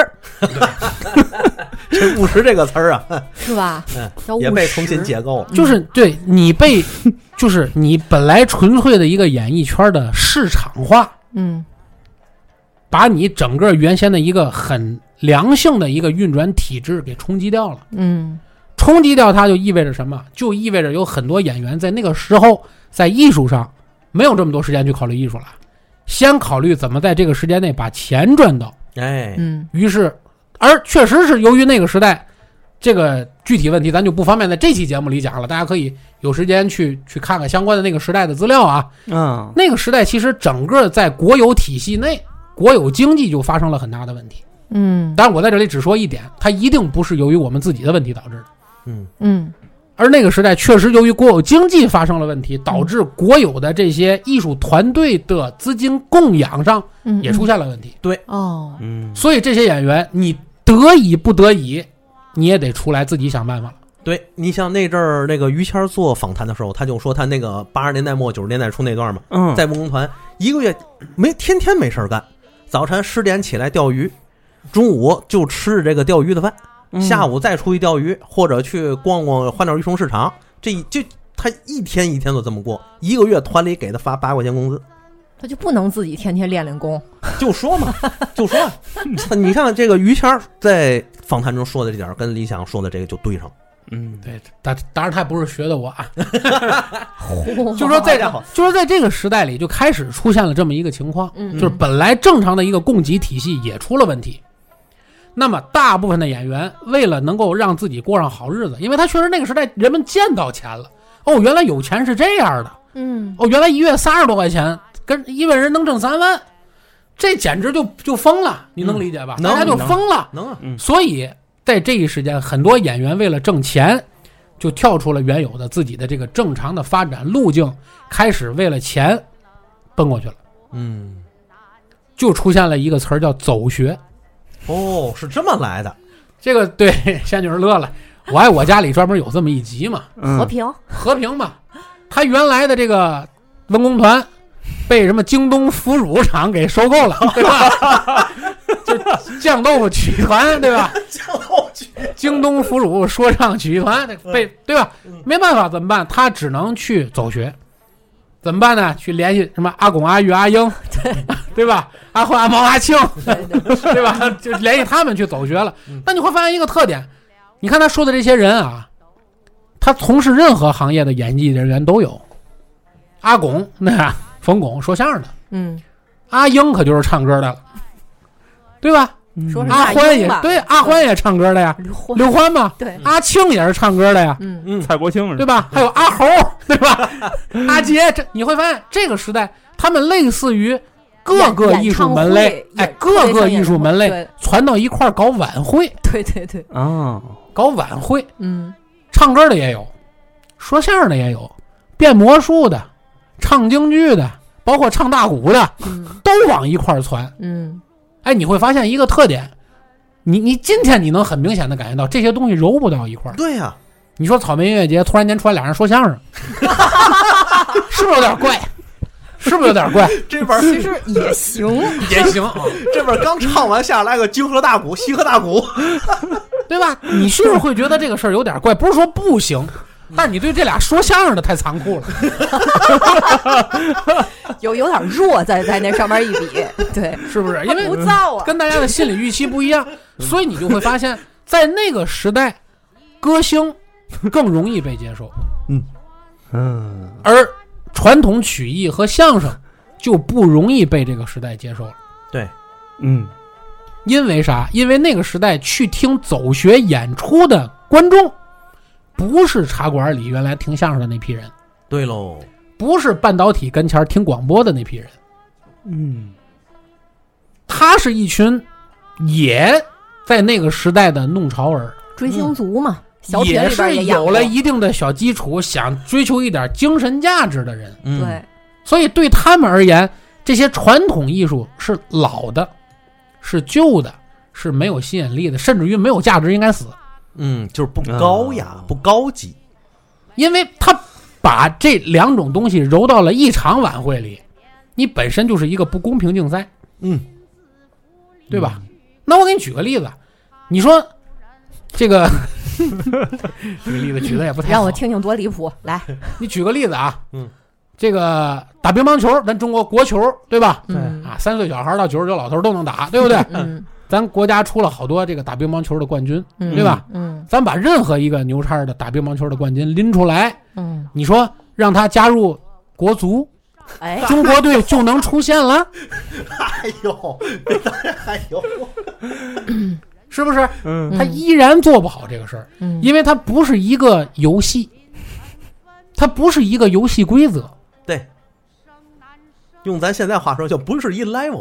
这务实这个词儿啊，
是吧？
嗯，
叫务实
也被重新解构了。
就是对你被。就是你本来纯粹的一个演艺圈的市场化，
嗯，
把你整个原先的一个很良性的一个运转体制给冲击掉了，
嗯，
冲击掉它就意味着什么？就意味着有很多演员在那个时候在艺术上没有这么多时间去考虑艺术了，先考虑怎么在这个时间内把钱赚到，
哎，
嗯，
于是，而确实是由于那个时代。这个具体问题咱就不方便在这期节目里讲了，大家可以有时间去去看看相关的那个时代的资料啊。
嗯，
那个时代其实整个在国有体系内国有经济就发生了很大的问题。
嗯，
当然我在这里只说一点，它一定不是由于我们自己的问题导致的。
嗯
嗯，
而那个时代确实由于国有经济发生了问题，导致国有的这些艺术团队的资金供养上也出现了问题。
嗯、
对，
哦，
嗯，
所以这些演员你得以不得已，你也得出来自己想办法了。
对，你像那阵儿那个于谦做访谈的时候，他就说他那个八十年代末九十年代初那段嘛，
嗯，
在文工团一个月没天天没事干，早晨十点起来钓鱼，中午就吃这个钓鱼的饭，
嗯、
下午再出去钓鱼，或者去逛逛花鸟鱼虫市场，这就他一天一天都这么过，一个月团里给他发八块钱工资。
他就不能自己天天练练功，
就说嘛，就说，你看这个于谦在访谈中说的这点，跟李想说的这个就对上。
嗯，
对，当当然他不是学的我啊，就说在就说在这个时代里就开始出现了这么一个情况，
嗯、
就是本来正常的一个供给体系也出了问题。那么大部分的演员为了能够让自己过上好日子，因为他确实那个时代人们见到钱了，哦，原来有钱是这样的，
嗯，
哦，原来一月三十多块钱跟一个人能挣三万，这简直就就疯了，你能理解吧？
嗯、
大家就疯了，
能啊，
嗯，
所以在这一时间，很多演员为了挣钱，就跳出了原有的自己的这个正常的发展路径，开始为了钱奔过去了。
嗯，
就出现了一个词儿叫走学。
哦，是这么来的。
这个对仙女儿乐了，我爱我家里专门有这么一集嘛，
嗯、
和平
和平嘛，他原来的这个文工团被什么京东腐乳厂给收购了，对吧？就酱豆腐曲艺团，对吧？
酱豆腐曲，
京东腐乳说唱曲艺团被，对吧？没办法，怎么办？他只能去走学。怎么办呢？去联系什么阿巩、阿玉、阿英，
对
对吧？阿焕、阿毛、阿庆，
对, 对,
对吧？就联系他们去走学了。那你会发现一个特点，你看他说的这些人啊，他从事任何行业的演艺人员都有。阿巩那冯巩说相声的，
嗯，
阿英可就是唱歌的了，对吧？
说是
阿欢也对，阿欢也唱歌的呀，
刘欢
刘欢嘛，
对，
阿庆也是唱歌的呀，
嗯
嗯，蔡国庆
对吧？还有阿猴，对吧？阿杰，这你会发现这个时代，他们类似于各个艺术门类，哎，各个艺术门类传到一块儿搞晚会，
对对对，
啊，
搞晚会，
嗯，
唱歌的也有，说相声的也有，变魔术的，唱京剧的，包括唱大鼓的，
嗯，
都往一块儿传，
嗯。
哎，你会发现一个特点，你你今天你能很明显的感觉到这些东西揉不到一块儿。
对呀、啊，
你说草莓音乐节突然间出来俩人说相声，是不是有点怪？是不是有点怪？
这边
其实也行，
也行啊。
这边刚唱完下来个京河大鼓、西河大鼓，
对吧？你是不是会觉得这个事儿有点怪？不是说不行。但是你对这俩说相声的太残酷了，
有有点弱在在那上面一比，对，
是不是？因为
不造啊，
跟大家的心理预期不一样，所以你就会发现，在那个时代，歌星更容易被接受，
嗯
嗯，
而传统曲艺和相声就不容易被这个时代接受了。
对，
嗯，
因为啥？因为那个时代去听走学演出的观众。不是茶馆里原来听相声的那批人，
对喽，
不是半导体跟前听广播的那批人，
嗯，
他是一群也在那个时代的弄潮儿，
追星族嘛，嗯、小品
也
里边
是有了一定的小基础，想追求一点精神价值的人，
嗯、
对，
所以对他们而言，这些传统艺术是老的，是旧的，是没有吸引力的，甚至于没有价值，应该死。
嗯，就是不高雅、哦、不高级，
因为他把这两种东西揉到了一场晚会里，你本身就是一个不公平竞赛，
嗯，
对吧？嗯、那我给你举个例子，你说这个这个例子举的也不太好，
让我听听多离谱。来，
你举个例子啊，
嗯，
这个打乒乓球，咱中国国球，对吧？
对、
嗯、啊，三岁小孩到九十九老头都能打，对不对？
嗯。
咱国家出了好多这个打乒乓球的冠军，
嗯、
对吧？
嗯，
咱把任何一个牛叉的打乒乓球的冠军拎出来，
嗯，
你说让他加入国足，
哎，
中国队就能出现了？
哎呦，哎呦，
是不是？
嗯，
他依然做不好这个事儿，
嗯，
因为它不是一个游戏，它不是一个游戏规则。
对，用咱现在话说，就不是一 level 的。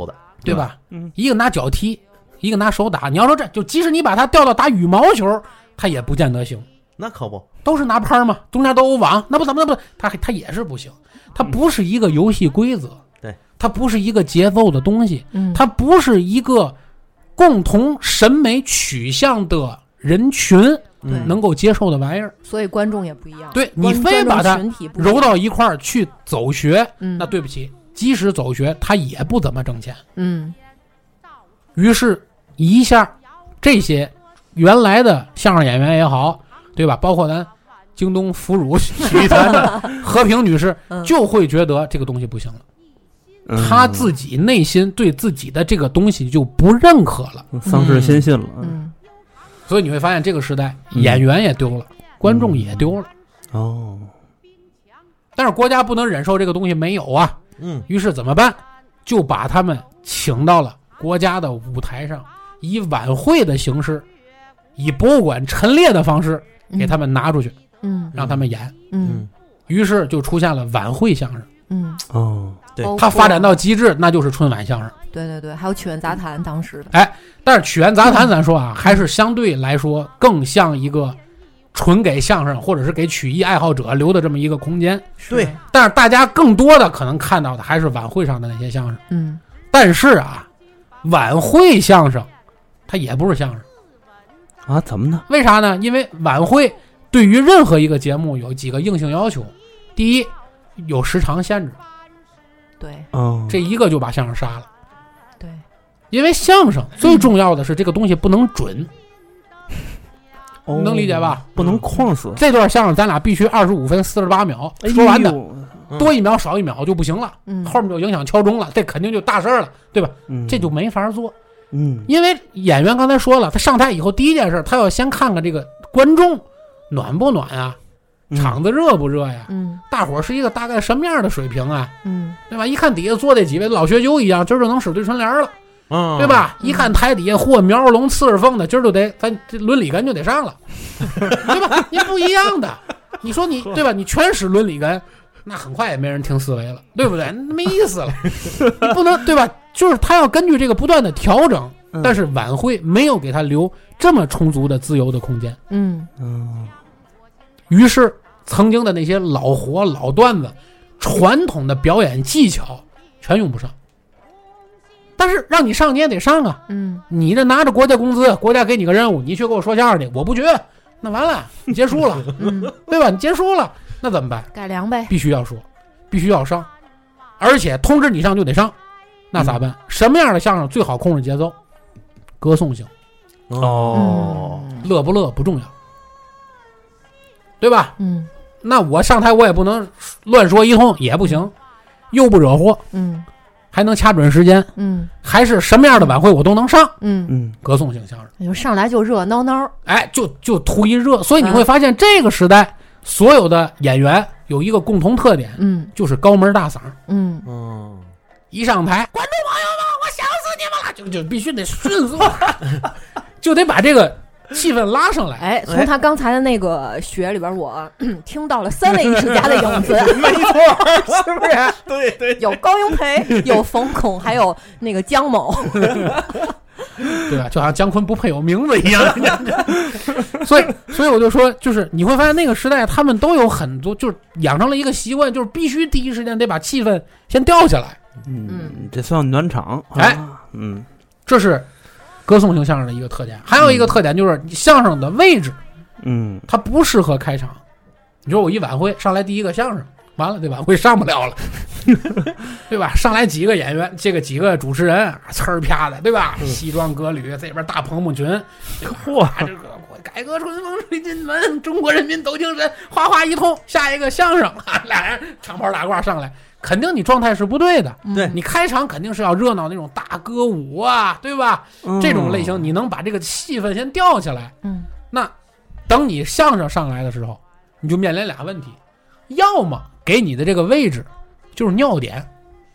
对吧？
嗯，
一个拿脚踢，一个拿手打。你要说这就，即使你把它调到打羽毛球，它也不见得行。
那可不，
都是拿拍嘛，中间都有网，那不怎么那不，它它也是不行。它不是一个游戏规则，
对，
它不是一个节奏的东西，
嗯，
它不是一个共同审美取向的人群能够接受的玩意儿。
所以观众也不一样。
对，你非把它揉到一块儿去走学，
嗯，
那对不起，即使走学，它也不怎么挣钱。
嗯，
于是一下这些原来的相声演员也好，对吧？包括咱京东腐乳曲艺团的和平女士，就会觉得这个东西不行了。
嗯、
她自己内心对自己的这个东西就不认可了，
丧失心性了。
嗯，
所以你会发现这个时代演员也丢了，嗯、观众也丢了。
哦，
但是国家不能忍受这个东西没有啊。
嗯，
于是怎么办？就把他们请到了国家的舞台上，以晚会的形式，以博物馆陈列的方式给他们拿出去，
嗯，
让他们演，
嗯，
于是就出现了晚会相声，
嗯，
哦，
对，
它发展到极致，那就是春晚相声，
对对对，还有曲苑杂谈当时的，
哎，但是曲苑杂谈咱说啊，还是相对来说更像一个纯给相声或者是给曲艺爱好者留的这么一个空间，
对，
但是大家更多的可能看到的还是晚会上的那些相声，
嗯，
但是啊，晚会相声它也不是相声
啊，怎么呢？
为啥呢？因为晚会对于任何一个节目有几个硬性要求，第一，有时长限制，
对，
哦，
这一个就把相声杀了，
对，
因为相声最重要的是这个东西不能准，
哦、
能理解吧？
不能框死。
这段相声咱俩必须二十五分四十八秒说完的，哎、多一秒少一秒就不行了，
嗯，
后面就影响敲钟了，这肯定就大事了，对吧？
嗯，
这就没法做。
嗯，
因为演员刚才说了，他上台以后第一件事，他要先看看这个观众暖不暖啊，
嗯、
场子热不热呀？
嗯，
大伙儿是一个大概什么样的水平啊？
嗯，
对吧？一看底下坐这几位老学究一样，今儿就能使对春联了，
嗯，
对吧？一看台底下嚯苗龙刺儿凤的，今儿就得咱这伦理根就得上了，对吧？你不一样的，你说你对吧？你全使伦理根，那很快也没人听思维了，对不对？没意思了，你不能对吧？就是他要根据这个不断的调整，但是晚会没有给他留这么充足的自由的空间。
嗯
嗯，
于是曾经的那些老活老段子、传统的表演技巧全用不上。但是让你上你也得上啊！
嗯，
你这拿着国家工资，国家给你个任务，你去给我说相声去，我不去，那完了，你结束了，
嗯，
对吧？你结束了，那怎么办？
改良呗，
必须要说，必须要上，而且通知你上就得上。那咋办？嗯、什么样的相声最好控制节奏？歌颂性。
哦、
嗯，
乐不乐不重要，对吧？
嗯，
那我上台我也不能乱说一通，也不行，又不惹祸，
嗯，
还能掐准时间，
嗯，
还是什么样的晚会我都能上，
嗯
嗯，
歌颂性相声，
就上来就热闹闹，
哎，就就图一热，所以你会发现这个时代、嗯、所有的演员有一个共同特点，
嗯，
就是高门大嗓，
嗯
嗯，
一上台，观众朋友们，我想死你们了，就就必须得迅速，就得把这个气氛拉上来。
哎，从他刚才的那个雪里边，我听到了三位艺术家的影子，
没错，是不是？对对，
有高英培，有冯巩，还有那个姜某，
对吧？就好像姜昆不配有名字一样。所以，所以我就说，就是你会发现那个时代，他们都有很多，就是养成了一个习惯，就是必须第一时间得把气氛先吊下来。
嗯，这算暖场。
哎，
啊、嗯，
这是歌颂型相声的一个特点。还有一个特点就是相声的位置，
嗯，
它不适合开场。你说我一晚会上来第一个相声，完了这晚会上不了了，对吧？上来几个演员，这个几个主持人，呲儿啪的，对吧？西装革履，这边大蓬蓬裙，嚯，这个改革春风吹进门，中国人民都精神，哗哗一通，下一个相声，俩人长袍大褂上来。肯定你状态是不对的，
对
你开场肯定是要热闹那种大歌舞啊，对吧？
嗯、
这种类型你能把这个气氛先吊起来，
嗯，
那等你相声上来的时候，你就面临俩问题，要么给你的这个位置就是尿点，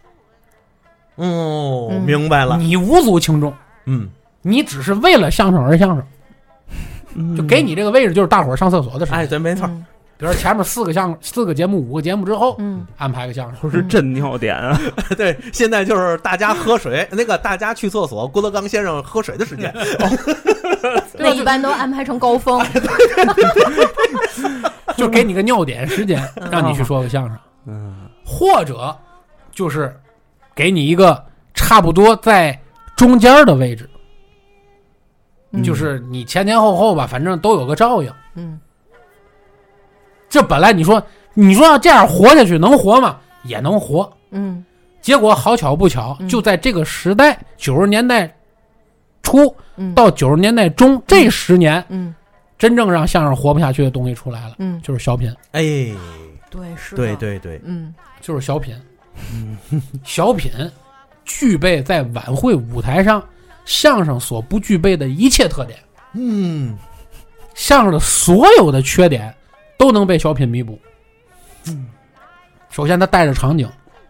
哦，
嗯、
明白了，
你无足轻重，
嗯，
你只是为了相声而相声，
嗯、
就给你这个位置就是大伙儿上厕所的时候，
哎，对，没错。
嗯
比如说前面四个项四个节目五个节目之后，
嗯，
安排个相声，
不是真尿点啊！
对，现在就是大家喝水，那个大家去厕所，郭德纲先生喝水的时间，
那一般都安排成高峰，
就给你个尿点时间，让你去说个相声，
嗯，
或者就是给你一个差不多在中间的位置，
嗯
就是你前前后后吧，反正都有个照应。
嗯
这本来你说你说要这样活下去能活吗？也能活。
嗯
结果好巧不巧，
嗯
就在这个时代，九十年代初
嗯，
到九十年代中这十年，
嗯
真正让相声活不下去的东西出来了，
嗯，
就是小品，
哎，
对，是的，
对对对，
嗯
就是小品。小品具备在晚会舞台上相声所不具备的一切特点，
嗯
相声的所有的缺点都能被小品弥补。
嗯，
首先他带着场景，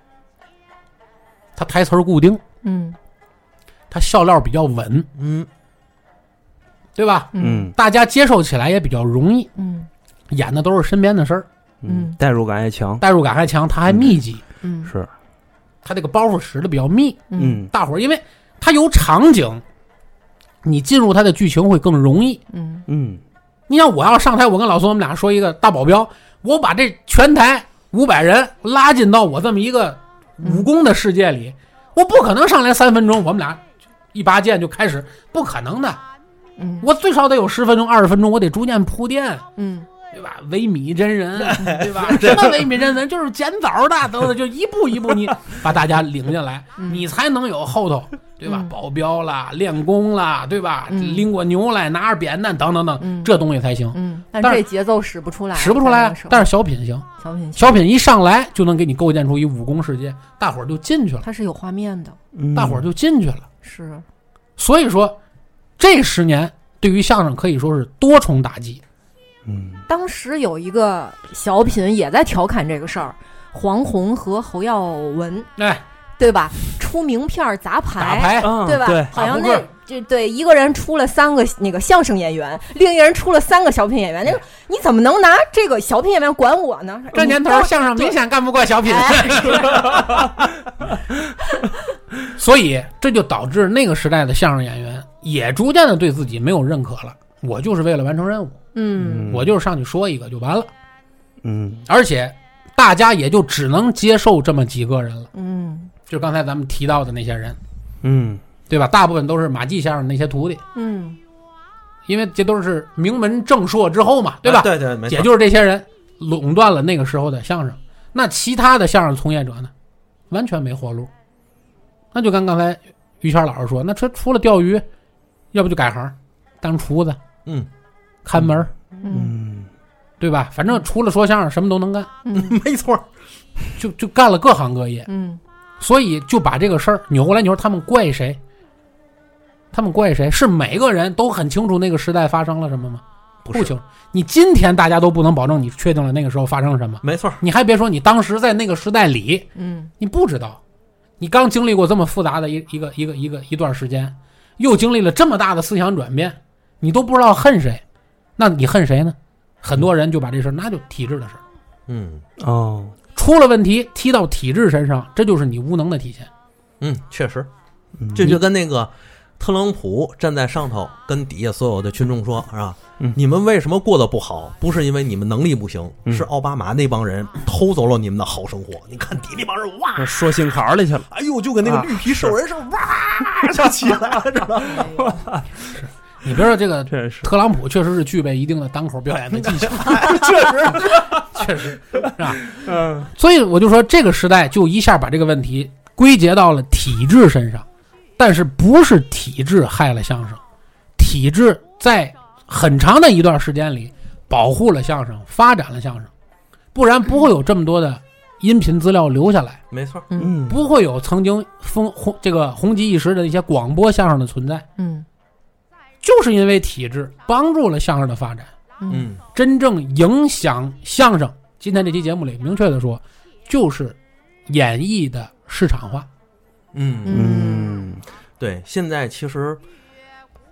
他台词儿固定，
嗯
他笑料比较稳，
嗯
对吧？
嗯
大家接受起来也比较容易，
嗯
演的都是身边的事儿，
嗯，代入感也强，
代入感还强，他还密集，
嗯
是，
他这个包袱使的比较密。
嗯
嗯
大伙儿因为他有场景，你进入他的剧情会更容易。
嗯
嗯
你想我要上台，我跟老孙我们俩说一个大保镖，我把这全台五百人拉进到我这么一个武功的世界里，我不可能上来三分钟我们俩一拔剑就开始，不可能的。
嗯
我最少得有十分钟二十分钟，我得逐渐铺垫，
嗯
对吧？萎靡真人，对吧？什么萎靡真人，就是捡枣的，都是就一步一步你把大家领进来，
嗯
你才能有后头，对吧？
嗯
保镖啦，练功啦，对吧？
嗯
拎过牛来，拿着扁担，等等等，
嗯
这东西才行，
嗯，但
但是
这节奏使不出来，
使不出来啊。但
是
是小品行，
小品
小品一上来就能给你构建出一武功世界，大伙儿就进去了，
它是有画面的，
嗯，
大伙儿就进去了。
是
所以说，这十年对于相声可以说是多重打击。
嗯
当时有一个小品也在调侃这个事儿，黄宏和侯耀文，
哎，
对吧？出名片儿砸
打
牌，
牌，
啊
对吧？
对，
好像那
打扑克
这对一个人出了三个那个相声演员，另一个人出了三个小品演员。那个你怎么能拿这个小品演员管我呢？
这年头相声明显干不过小品。
哎
所以这就导致那个时代的相声演员也逐渐的对自己没有认可了。我就是为了完成任务，
嗯
我就是上去说一个就完了，
嗯
而且大家也就只能接受这么几个人了。
嗯
就刚才咱们提到的那些人，
嗯
对吧？大部分都是马季先生那些徒弟，
嗯
因为这都是名门正硕之后嘛，对吧？
啊对对，没错，
也就是这些人垄断了那个时候的相声。那其他的相声从业者呢，完全没活路。那就跟刚才于谦老师说，那这除了钓鱼，要不就改行当厨子、
嗯
看门，
嗯
嗯
对吧？反正除了说相声，什么都能干，
嗯
没错，
就就干了各行各业。
嗯
所以就把这个事儿扭过来扭，他们怪谁？他们怪谁？是每个人都很清楚那个时代发生了什么吗？
不是
不清楚。你今天大家都不能保证你确定了那个时候发生了什么。
没错，
你还别说，你当时在那个时代里，
嗯
你不知道，你刚经历过这么复杂的一一个一个一个一段时间，又经历了这么大的思想转变，你都不知道恨谁，那你恨谁呢？很多人就把这事儿，那就体制的事儿，
嗯
哦，
出了问题踢到体制身上，这就是你无能的体现。
嗯，确实，
嗯
这就跟那个特朗普站在上头，跟底下所有的群众说，是吧？
嗯
你们为什么过得不好？不是因为你们能力不行，
嗯
是奥巴马那帮人偷走了你们的好生活。你看底那帮人，哇，
说心坎儿里去了，
哎呦，就跟那个绿皮兽人似的，哇，就起来了，知道吗？
你别说这个
这是
特朗普确实是具备一定的当口表演的技巧，
确实，
确实是吧？
嗯
所以我就说，这个时代就一下把这个问题归结到了体制身上，但是不是体制害了相声，体制在很长的一段时间里保护了相声，发展了相声，不然不会有这么多的音频资料留下来，
没错，
嗯
不会有曾经风红这个红极一时的一些广播相声的存在，
嗯
就是因为体制帮助了相声的发展。
嗯
真正影响相声，今天这期节目里明确的说，就是演绎的市场化。
嗯，
嗯
对，现在其实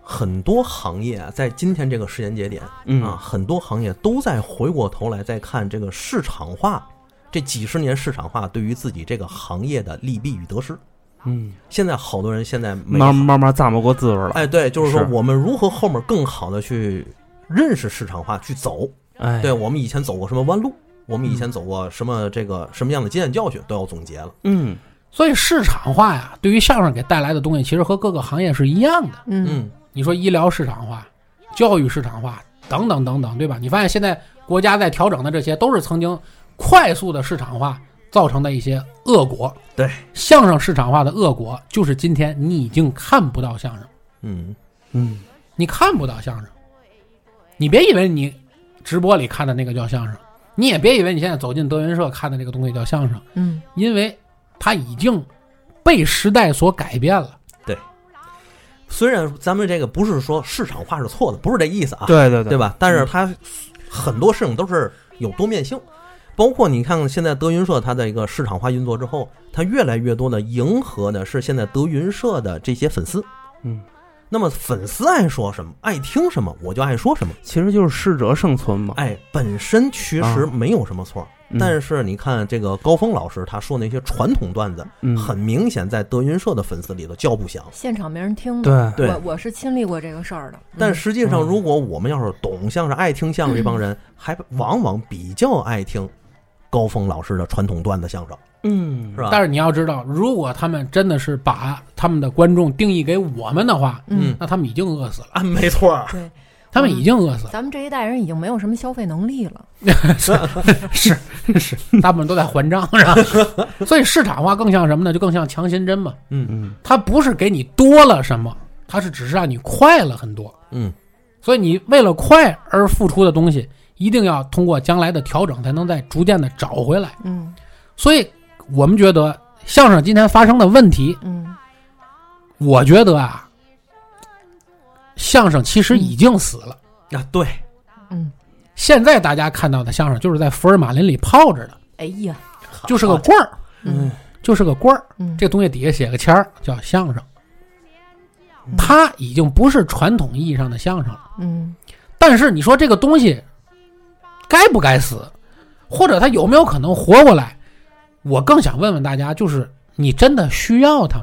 很多行业啊，在今天这个时间节点，
嗯
啊，很多行业都在回过头来再看这个市场化，这几十年市场化对于自己这个行业的利弊与得失。
嗯，
现在好多人现在没
慢慢慢咂摸过滋味了。
哎，对，就是说
是
我们如何后面更好的去认识市场化，去走。
哎，
对，我们以前走过什么弯路，我们以前走过什么这个什么样的经验教训，都要总结了。
嗯，
所以市场化呀，对于相声给带来的东西，其实和各个行业是一样的。
嗯
嗯，
你说医疗市场化、教育市场化等等等等，对吧？你发现现在国家在调整的这些，都是曾经快速的市场化造成的一些恶果。
对，
相声市场化的恶果，就是今天你已经看不到相声，
嗯
嗯，
你看不到相声。你别以为你直播里看的那个叫相声，你也别以为你现在走进德云社看的这个东西叫相声，
嗯，
因为它已经被时代所改变了。
虽然咱们这个不是说市场化是错的，不是这意思啊，
对对对，
对吧？但是它很多事情都是有多面性，包括你看现在德云社它的一个市场化运作之后，它越来越多的迎合的是现在德云社的这些粉丝。
嗯，
那么粉丝爱说什么，爱听什么，我就爱说什么。
其实就是适者生存嘛。
哎，本身确实没有什么错。
啊
但是你看这个高峰老师他说那些传统段子，
嗯，
很明显在德云社的粉丝里头叫不响，
现场没人听的。
对
对
我我是亲历过这个事儿的。
但实际上
嗯
如果我们要是懂相声爱听相声这帮人，还往往比较爱听高峰老师的传统段子相声，
嗯，
是吧？
但是你要知道，如果他们真的是把他们的观众定义给我们的话，
嗯，
那他们已经饿死了。
啊，没错，
对，
他们已经饿死了。
咱们这一代人已经没有什么消费能力了。
是是，大部分都在还账，是吧？所以市场化更像什么呢？就更像强心针嘛。
嗯
嗯，
它不是给你多了什么，它是只是让你快了很多。
嗯，
所以你为了快而付出的东西，一定要通过将来的调整，才能再逐渐的找回来。
嗯
所以我们觉得相声今天发生的问题，
嗯，
我觉得啊，相声其实已经死了。
啊，对，
嗯，
现在大家看到的相声就是在福尔马林里泡着的，
哎呀，
就是个罐儿，
嗯
就是个罐儿。
嗯，
这东西底下写个签儿叫相声，它已经不是传统意义上的相声了。
嗯
但是你说这个东西该不该死，或者它有没有可能活过来？我更想问问大家，就是你真的需要它吗？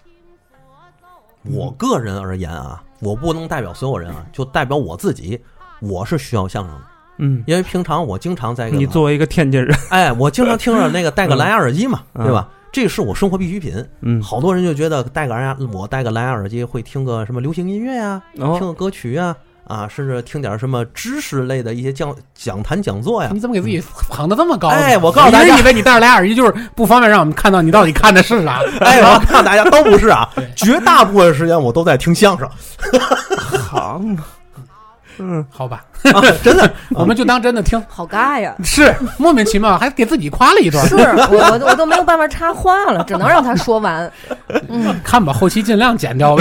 我个人而言啊，我不能代表所有人啊，就代表我自己，我是需要相声的。
嗯，
因为平常我经常在一个，
你作为一个天津人，
哎，我经常听着那个戴个蓝牙耳机嘛，
嗯
对吧？这是我生活必需品。
嗯，
好多人就觉得戴个蓝牙，我戴个蓝牙耳机会听个什么流行音乐呀、
哦
听个歌曲呀，啊，甚至听点什么知识类的一些讲讲坛讲座呀。
你怎么给自己捧得这么高呢？
哎我告诉大家
有人以为你戴着蓝牙耳机就是不方便让我们看到你到底看的是啥。
哎，我告诉大家都不是啊
对，
绝大部分时间我都在听相声。
好嘛，嗯，
好吧，
啊、真的，
我们就当真的听。
好尬呀！
是莫名其妙，还给自己夸了一段。
是我我我都没有办法插话了，只能让他说完。嗯，
看吧，后期尽量剪掉吧。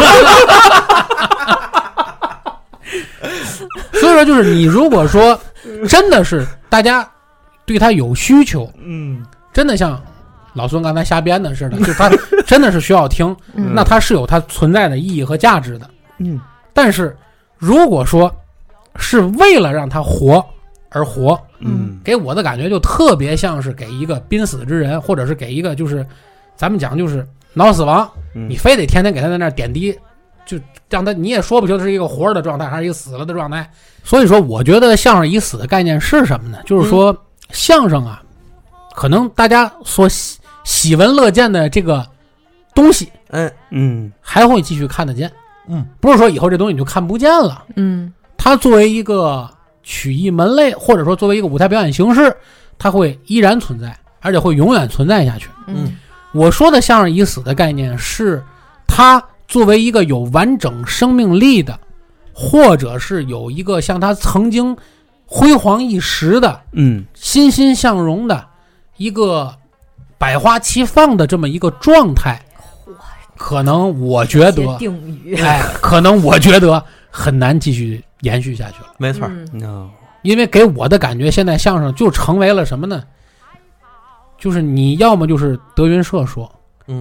所以说，就是你如果说真的是大家对他有需求，
嗯，
真的像老孙刚才瞎编的似的，就他真的是需要听，
嗯
那它是有它存在的意义和价值的。
嗯，
但是如果说是为了让他活而活，
嗯，
给我的感觉就特别像是给一个濒死之人，或者是给一个就是咱们讲就是脑死亡，
嗯
你非得天天给他在那儿点滴，就让他你也说不清是一个活着的状态还是一个死了的状态。所以说我觉得相声已死的概念是什么呢？就是说相声啊，可能大家所喜喜闻乐见的这个东西
哎，
嗯，
还会继续看得见，
嗯，
不是说以后这东西你就看不见了。
嗯
它作为一个曲艺门类，或者说作为一个舞台表演形式，它会依然存在，而且会永远存在下去。
嗯
我说的相声已死的概念是，它作为一个有完整生命力的，或者是有一个像它曾经辉煌一时的、
嗯，
欣欣向荣的一个百花齐放的这么一个状态，可能我觉
这些
得，
定语，
哎，可能我觉得很难继续延续下去了。
没错，
嗯
no，
因为给我的感觉，现在相声就成为了什么呢？就是你要么就是德云社说，
嗯，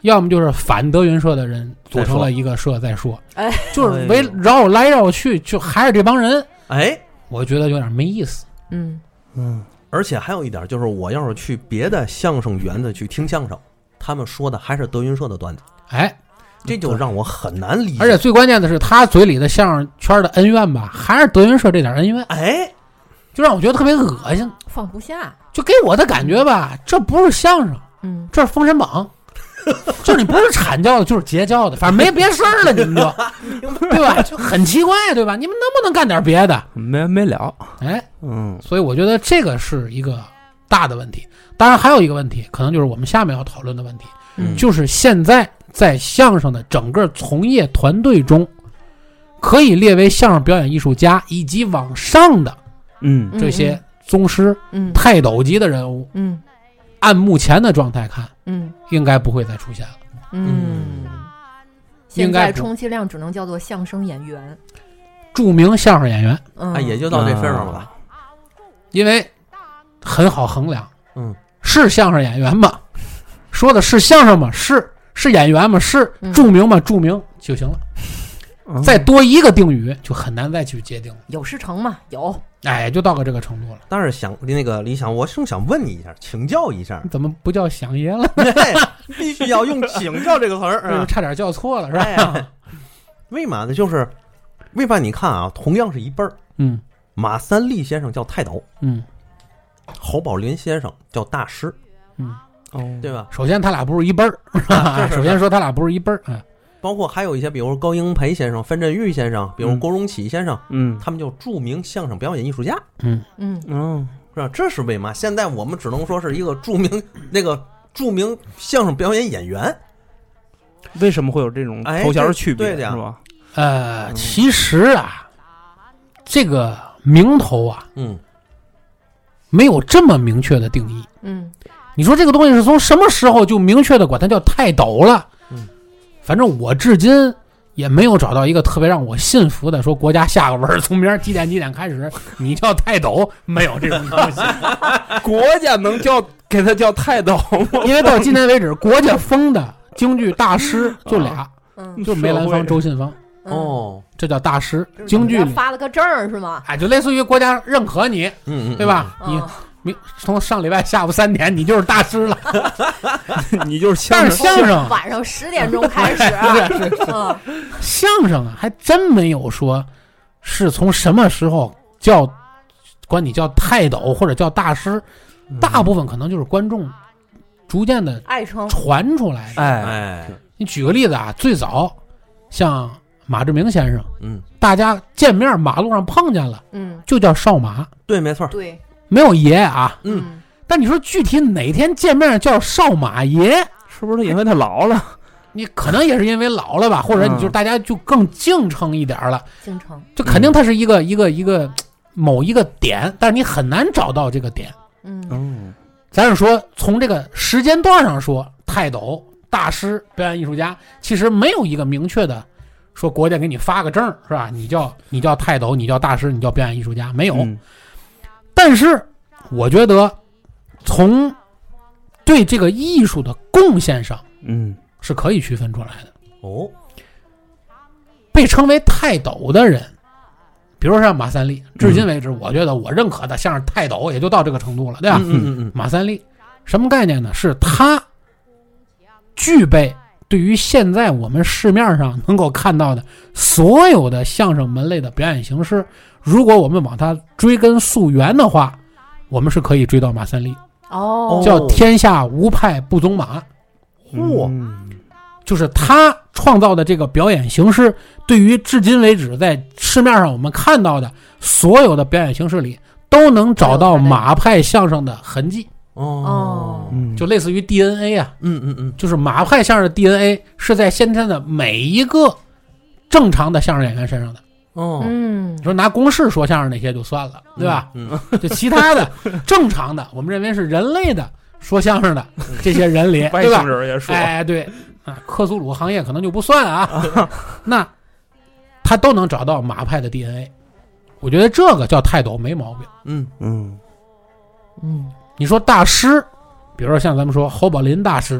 要么就是反德云社的人组成了一个社再说，
哎，
就是围绕来绕去，就还是这帮人，
哎，
我觉得有点没意思。
嗯
嗯，
而且还有一点就是，我要是去别的相声园子去听相声，他们说的还是德云社的段子，
哎，
这就让我很难理解。
而且最关键的是，他嘴里的相声圈的恩怨吧，还是德云社这点恩怨，
哎，
就让我觉得特别恶心，
放不下，
就给我的感觉吧，这不是相声，
嗯，
这是封神榜。就你不是阐教的，就是截教的，反正没别事儿了，你们就对吧？就很奇怪，对吧？你们能不能干点别的？
没没了，
哎，
嗯，
所以我觉得这个是一个大的问题。当然还有一个问题，可能就是我们下面要讨论的问题，
嗯，
就是现在在相声的整个从业团队中，可以列为相声表演艺术家以及往上的，
嗯，
这些宗师、
嗯，
泰斗级的人物，
嗯，
按目前的状态看，
嗯，
应该不会再出现了。
嗯，现在充其量只能叫做相声演员，
著名相声演员，
嗯，
啊，也就到这份上了，
因为很好衡量，
嗯，
是相声演员吗？说的是相声吗？是，是演员吗？是，著名吗？著名就行了。
嗯、
再多一个定语，就很难再去界定了。
有师承吗？有，
哎，就到个这个程度了。
但是想那个李想，我正想问你一下，请教一下，
怎么不叫想爷了？
必须要用请教这个词儿、啊，
差点叫错了是吧？
哎、为嘛呢？就是为嘛？你看啊，同样是一辈儿，
嗯，
马三立先生叫泰斗，
嗯，
侯宝林先生叫大师，
嗯，
哦，对吧？
首先他俩不是一辈儿，啊、首先说他俩不是一辈儿，哎。
包括还有一些，比如高英培先生、范振钰先生，比如郭荣启先生，
嗯，
他们就著名相声表演艺术家，
嗯
嗯
嗯，
是吧？这是为嘛？现在我们只能说是一个著名那个著名相声表演演员。
为什么会有这种头衔区别？
哎、对的
是吧？
呃，其实啊，这个名头啊，
嗯，
没有这么明确的定义。
嗯，
你说这个东西是从什么时候就明确的管它叫泰斗了？
嗯。
反正我至今也没有找到一个特别让我信服的，说国家下个文，从明儿几点几点开始，你叫泰斗，没有这种东西。
国家能叫给他叫泰斗吗？
因为到今天为止，国家封的京剧大师就俩，
嗯，
就是梅兰芳、周信芳。
哦，
这叫大师，京剧里
发了个证儿是吗？
哎，就类似于国家认可你，
嗯嗯，
对吧？
嗯、
你从上礼拜下午三点，你就是大师了，
你就是相
声。但是相声
晚上十点钟开始，
是是
嗯，
相声啊，还真没有说是从什么时候叫管你叫泰斗或者叫大师，
嗯、
大部分可能就是观众逐渐的
爱称
传出来的。
哎
哎，
你举个例子啊，最早像马志明先生，
嗯，
大家见面马路上碰见了，
嗯，
就叫少马，
对，没错，
对，
没有爷啊，
嗯，
但你说具体哪天见面叫少马爷，
是不是因为他老了？
你可能也是因为老了吧，或者你就大家就更敬称一点了，
敬称，
就肯定它是一个、嗯、一个一个某一个点，但是你很难找到这个点。
嗯
嗯，
咱是说从这个时间段上说，泰斗、大师、表演艺术家，其实没有一个明确的。说国家给你发个证是吧？你叫你叫泰斗，你叫大师，你叫表演艺术家，没有。
嗯、
但是我觉得，从对这个艺术的贡献上，
嗯，
是可以区分出来的。
哦，
被称为泰斗的人，比如说像马三立，至今为止，我觉得我认可的像是泰斗，也就到这个程度了，对吧？
嗯嗯嗯。
马三立什么概念呢？是他具备。对于现在我们市面上能够看到的所有的相声门类的表演形式，如果我们往它追根溯源的话，我们是可以追到马三立。
哦，
叫天下无派不宗马。
嚯、
嗯，
就是他创造的这个表演形式，对于至今为止在市面上我们看到的所有的表演形式里，都能找到马派相声的痕迹。
哦，
就类似于 D N A 啊，
嗯嗯嗯，
就是马派相声的 D N A 是在先天的每一个正常的相声演员身上的。
哦，
嗯，
你说拿公式说相声那些就算了，对吧？
嗯，
就其他的正常的，我们认为是人类的说相声的这些人里，
外星人也说，
哎，对啊，克苏鲁行业可能就不算啊，那他都能找到马派的 D N A， 我觉得这个叫泰斗没毛病。
嗯
嗯
嗯。
你说大师，比如说像咱们说侯宝林大师，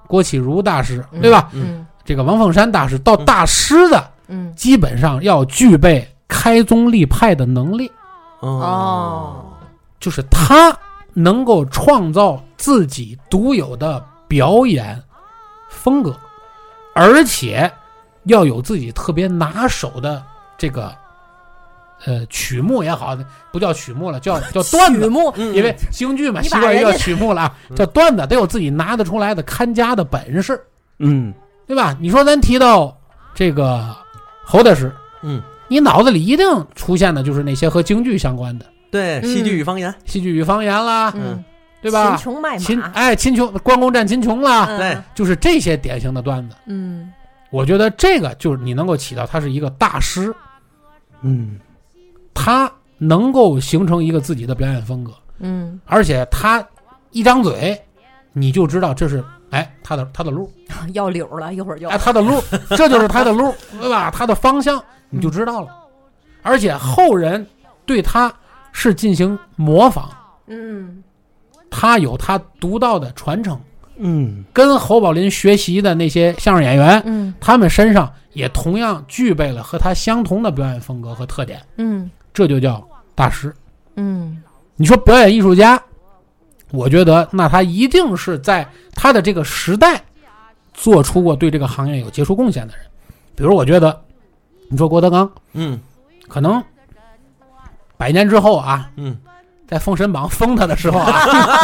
郭启儒大师，对吧？
嗯，
这个王凤山大师到大师的，
嗯，
基本上要具备开宗立派的能力。
哦，
就是他能够创造自己独有的表演风格，而且要有自己特别拿手的这个呃曲目也好，不叫曲目了，叫叫段子，
曲目，
因为京剧嘛，
你
习惯于叫
把人家
曲目了啊，叫段子，得有自己拿得出来的看家的本事，
嗯，
对吧？你说咱提到这个侯大师，
嗯，
你脑子里一定出现的就是那些和京剧相关的。
对，戏剧与方言，
戏剧与方言啦，
嗯，
对吧？
秦琼卖马，
秦哎，秦琼关公战秦琼啦，
嗯
对，
就是这些典型的段子。
嗯，
我觉得这个就是你能够起到他是一个大师，
嗯，
他能够形成一个自己的表演风格，
嗯，
而且他一张嘴，你就知道这是哎他的他的路，
要柳了，一会儿就
哎他的路，这就是他的路，对吧？他的方向你就知道了，而且后人对他是进行模仿，
嗯，
他有他独到的传承，
嗯，
跟侯宝林学习的那些相声演员，
嗯，
他们身上也同样具备了和他相同的表演风格和特点，
嗯，
这就叫大师。
嗯，
你说表演艺术家，我觉得那他一定是在他的这个时代做出过对这个行业有杰出贡献的人。比如我觉得，你说郭德纲，
嗯，
可能百年之后啊，
嗯，
在封神榜封他的时候啊，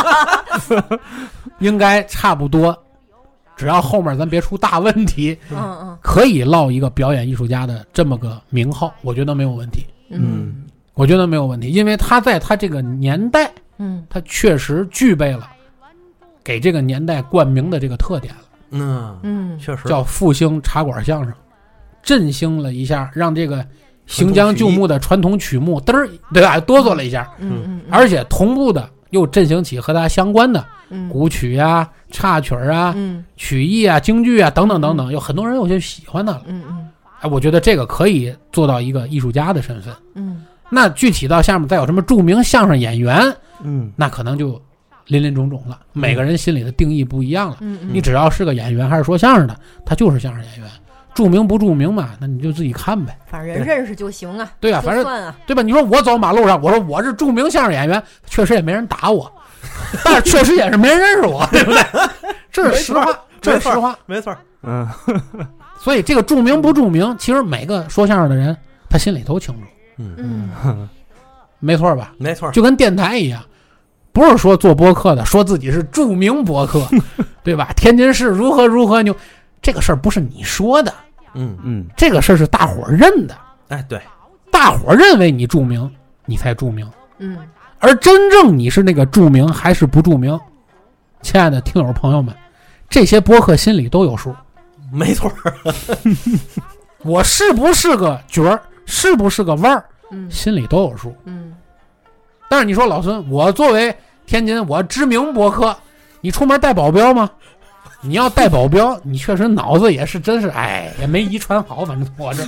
应该差不多，只要后面咱别出大问题，
嗯嗯
可以落一个表演艺术家的这么个名号，我觉得没有问题。
嗯
我觉得没有问题，因为他在他这个年代，
嗯
他确实具备了给这个年代冠名的这个特点了，
嗯，
嗯，
确实
叫复兴茶馆相声，振兴了一下，让这个行将就木的传统曲目嘚儿，对吧？哆嗦了一下，
嗯嗯，
而且同步的又振兴起和它相关的古曲啊、插曲啊、
嗯
曲艺啊、京剧啊等等等等，有很多人有些喜欢它了。
嗯嗯
哎，我觉得这个可以做到一个艺术家的身份。
嗯
那具体到下面再有什么著名相声演员，
嗯，
那可能就林林种种了，每个人心里的定义不一样了。
嗯嗯，
你只要是个演员还是说相声的，他就是相声演员。著名不著名嘛，那你就自己看呗。
反正人认识就行啊。
对啊，反正
算啊，
对吧？你说我走马路上，我说我是著名相声演员，确实也没人打我，但是确实也是没人认识我，对不对？这是实话，这是实话。
没错，
嗯，
所以这个著名不著名，其实每个说相声的人他心里都清楚，
嗯，
嗯
没错吧？
没错，
就跟电台一样，不是说做播客的说自己是著名播客，对吧？天津市如何如何牛，这个事儿不是你说的，
嗯
嗯，
这个事儿是大伙儿认的，
哎，对，
大伙儿认为你著名，你才著名。
嗯
而真正你是那个著名还是不著名，亲爱的听友朋友们，这些播客心里都有数。
没错，
我是不是个角儿，是不是个腕儿，
嗯
心里都有数。
嗯
但是你说老孙，我作为天津我知名播客，你出门带保镖吗？你要带保镖，你确实脑子也是真是，哎，也没遗传好，反正我这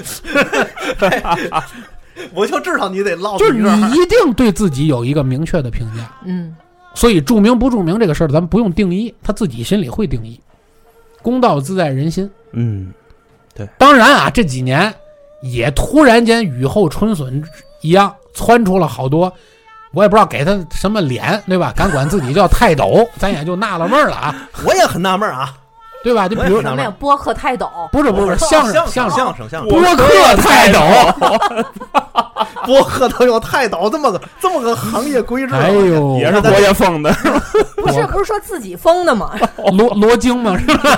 我就知道你得唠，
就是你一定对自己有一个明确的评价。
嗯
所以著名不著名这个事儿，咱们不用定义，他自己心里会定义。公道自在人心。
嗯，
当然啊，这几年也突然间雨后春笋一样窜出了好多，我也不知道给他什么脸，对吧？敢管自己叫泰斗，咱也就纳了闷儿了啊，
我也很纳闷啊，
对吧？就比如
我也
什么呀？播客泰斗，
不是不是相声
相
声
相声相声，
播客泰斗，
播客都有泰斗这么个这么个行业规制，
哎呦，
也是国家封的，
不是不是说自己封的吗？
罗罗京嘛，是吧？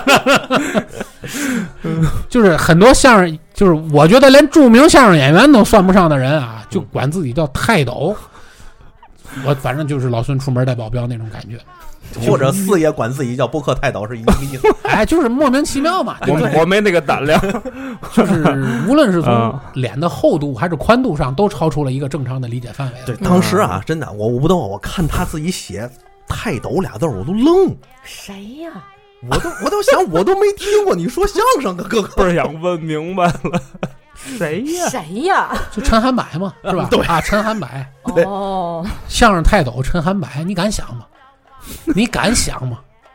就是很多相声，就是我觉得连著名相声演员都算不上的人啊，就管自己叫泰斗。我反正就是老孙出门带保镖那种感觉，
或者四爷管自己叫播客泰斗是一个意思。
哎，就是莫名其妙嘛，对不对？
我我没那个胆量，
就是无论是从
嗯
脸的厚度还是宽度上，都超出了一个正常的理解范围了。
对，当时啊，真的，我我不懂，我看他自己写“泰斗”俩字儿，我都愣，
谁呀？
我都我都想，我都没听过你说相声的哥哥，
不是想问明白了，谁呀？
谁呀？
就陈涵柏嘛，是吧？
对
啊，陈涵柏，
哦，
相声泰斗陈涵柏，你敢想吗？你敢想吗？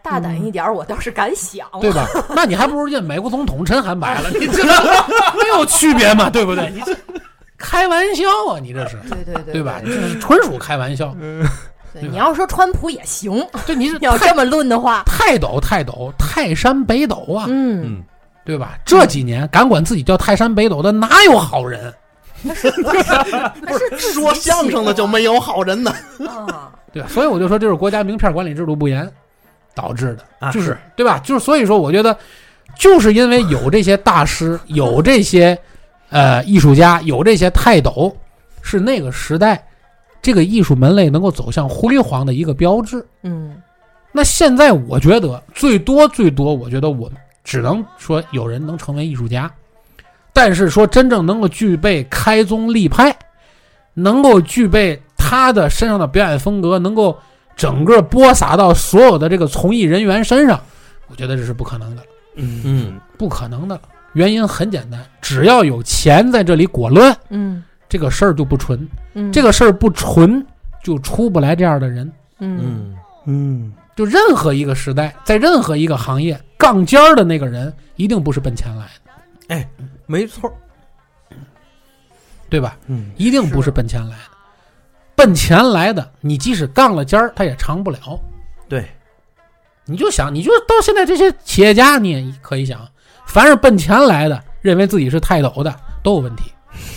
大胆一点，我倒是敢想，
对吧？那你还不如认美国总统陈汉白了，你这没有区别嘛，对不对？你这开玩笑啊，你这是，
对对对，
对吧？这是纯属开玩笑。
对，你要说川普也行，
对，你是
要这么论的话，
泰斗泰斗泰山北斗啊，
嗯，
对吧？这几年敢管自己叫泰山北斗的哪有好人？
那是那是
说相声的就没有好人呢
啊，
对，所以我就说这是国家名片管理制度不严导致的，
啊、
就是对吧？就是所以说，我觉得就是因为有这些大师，有这些呃艺术家，有这些泰斗，是那个时代这个艺术门类能够走向辉煌的一个标志。
嗯，
那现在我觉得最多最多，我觉得我只能说有人能成为艺术家。但是说真正能够具备开宗立派，能够具备他的身上的表演风格，能够整个播撒到所有的这个从艺人员身上，我觉得这是不可能的。
嗯嗯，
不可能的。原因很简单，只要有钱在这里裹乱，
嗯，
这个事儿就不纯，
嗯，
这个事儿不纯，就出不来这样的人。
嗯
嗯，
就任何一个时代，在任何一个行业，杠尖儿的那个人一定不是奔钱来的。
哎，没错，
对吧？
嗯，
一定不是奔钱来的。奔钱来的，你即使杠了尖儿，他也长不了。
对，
你就想，你就到现在这些企业家，你也可以想，凡是奔钱来的，认为自己是泰斗的，都有问题，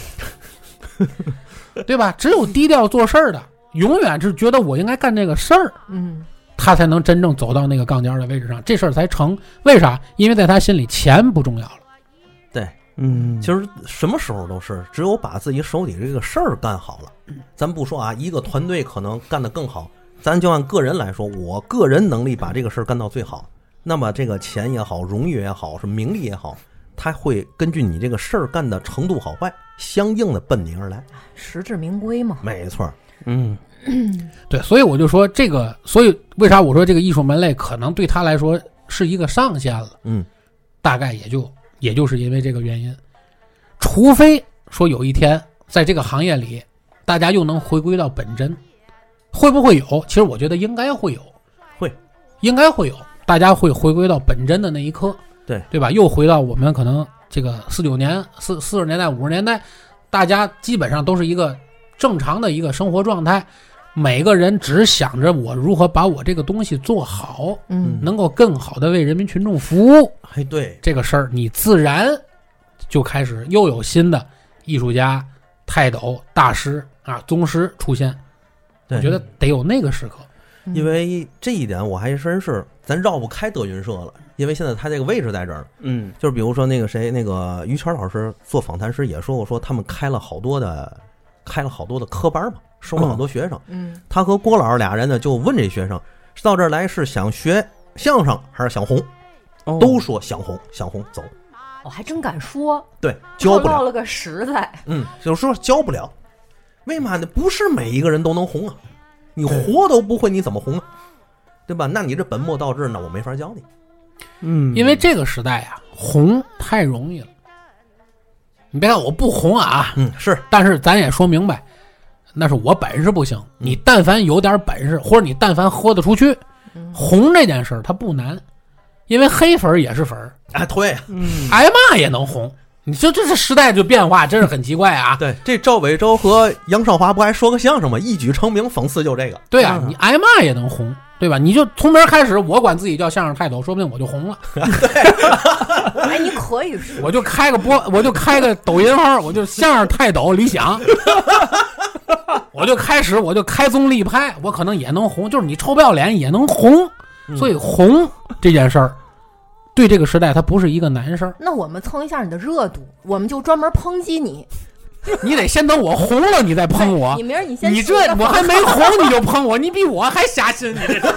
对吧？只有低调做事儿的，永远是觉得我应该干这个事儿，
嗯，
他才能真正走到那个杠尖的位置上，这事儿才成。为啥？因为在他心里，钱不重要了。
对，
嗯，
其实什么时候都是，只有把自己手里这个事儿干好了，咱不说啊，一个团队可能干得更好，咱就按个人来说，我个人能力把这个事儿干到最好，那么这个钱也好，荣誉也好，是名利也好，它会根据你这个事儿干的程度好坏，相应的奔你而来，
实至名归嘛。
没错，
嗯，
对，所以我就说这个，所以为啥我说这个艺术门类可能对他来说是一个上限了？
嗯，
大概也就也就是因为这个原因，除非说有一天在这个行业里，大家又能回归到本真，会不会有？其实我觉得应该会有，
会，
应该会有，大家会回归到本真的那一刻，
对
对吧？又回到我们可能这个四九年、四四十年代、五十年代，大家基本上都是一个正常的一个生活状态。每个人只想着我如何把我这个东西做好，
嗯，
能够更好的为人民群众服务。
哎，对，
这个事儿，你自然就开始又有新的艺术家、泰斗、大师啊、宗师出现。
对
我觉得得有那个时刻，
因为这一点我还真是咱绕不开德云社了，因为现在他这个位置在这儿。
嗯，
就是比如说那个谁，那个于谦老师做访谈时也说过，说他们开了好多的，开了好多的科班嘛，收了好多学生。
嗯，
他和郭老师俩人呢就问这学生，到这儿来是想学相声还是想红？
哦
都说想红，想红走。
我还真敢说，
对，教不了。
落了个实在。
嗯，就是说教不了。为嘛呢？不是每一个人都能红啊，你活都不会，你怎么红啊？对吧？那你这本末倒置，那我没法教你。
嗯，
因为这个时代啊，红太容易了。你别看我不红啊，
嗯，是，
但是咱也说明白，那是我本事不行。你但凡有点本事，或者你但凡喝得出去，红这件事儿它不难，因为黑粉也是粉儿，
哎，对，
嗯，
挨骂也能红。你说这是时代就变化，真是很奇怪啊！
对，这赵伟洲和杨少华不还说个相声吗？一举成名，讽刺就这个。
对啊，你挨骂也能红，对吧？你就从明儿开始，我管自己叫相声泰斗，说不定我就红了。
哎，你可以说，
我就开个播，我就开个抖音号，我就相声泰斗李想，我就开始，我就开宗立派，我可能也能红，就是你臭不要脸也能红。所以红这件事儿，对这个时代它不是一个难事儿。
那我们蹭一下你的热度，我们就专门抨击你。
你得先等我红了，你再喷我。
你明儿你先，
你这我还没红你就喷我，你比我还瞎心，你这是。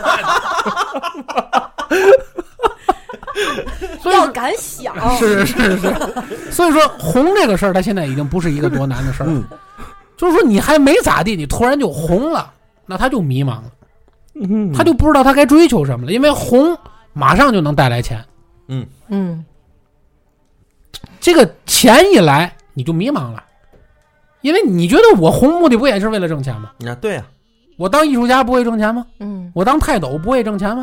所以
要敢想，
是是是是。所以说红这个事儿，它现在已经不是一个多难的事儿。
嗯，
就是说你还没咋地，你突然就红了，那他就迷茫了，
嗯，
他就不知道他该追求什么了，因为红马上就能带来钱。
嗯
嗯，
这个钱一来，你就迷茫了。因为你觉得我红目的不也是为了挣钱吗？
啊，对呀、啊，
我当艺术家不会挣钱吗？
嗯，
我当泰斗不会挣钱吗？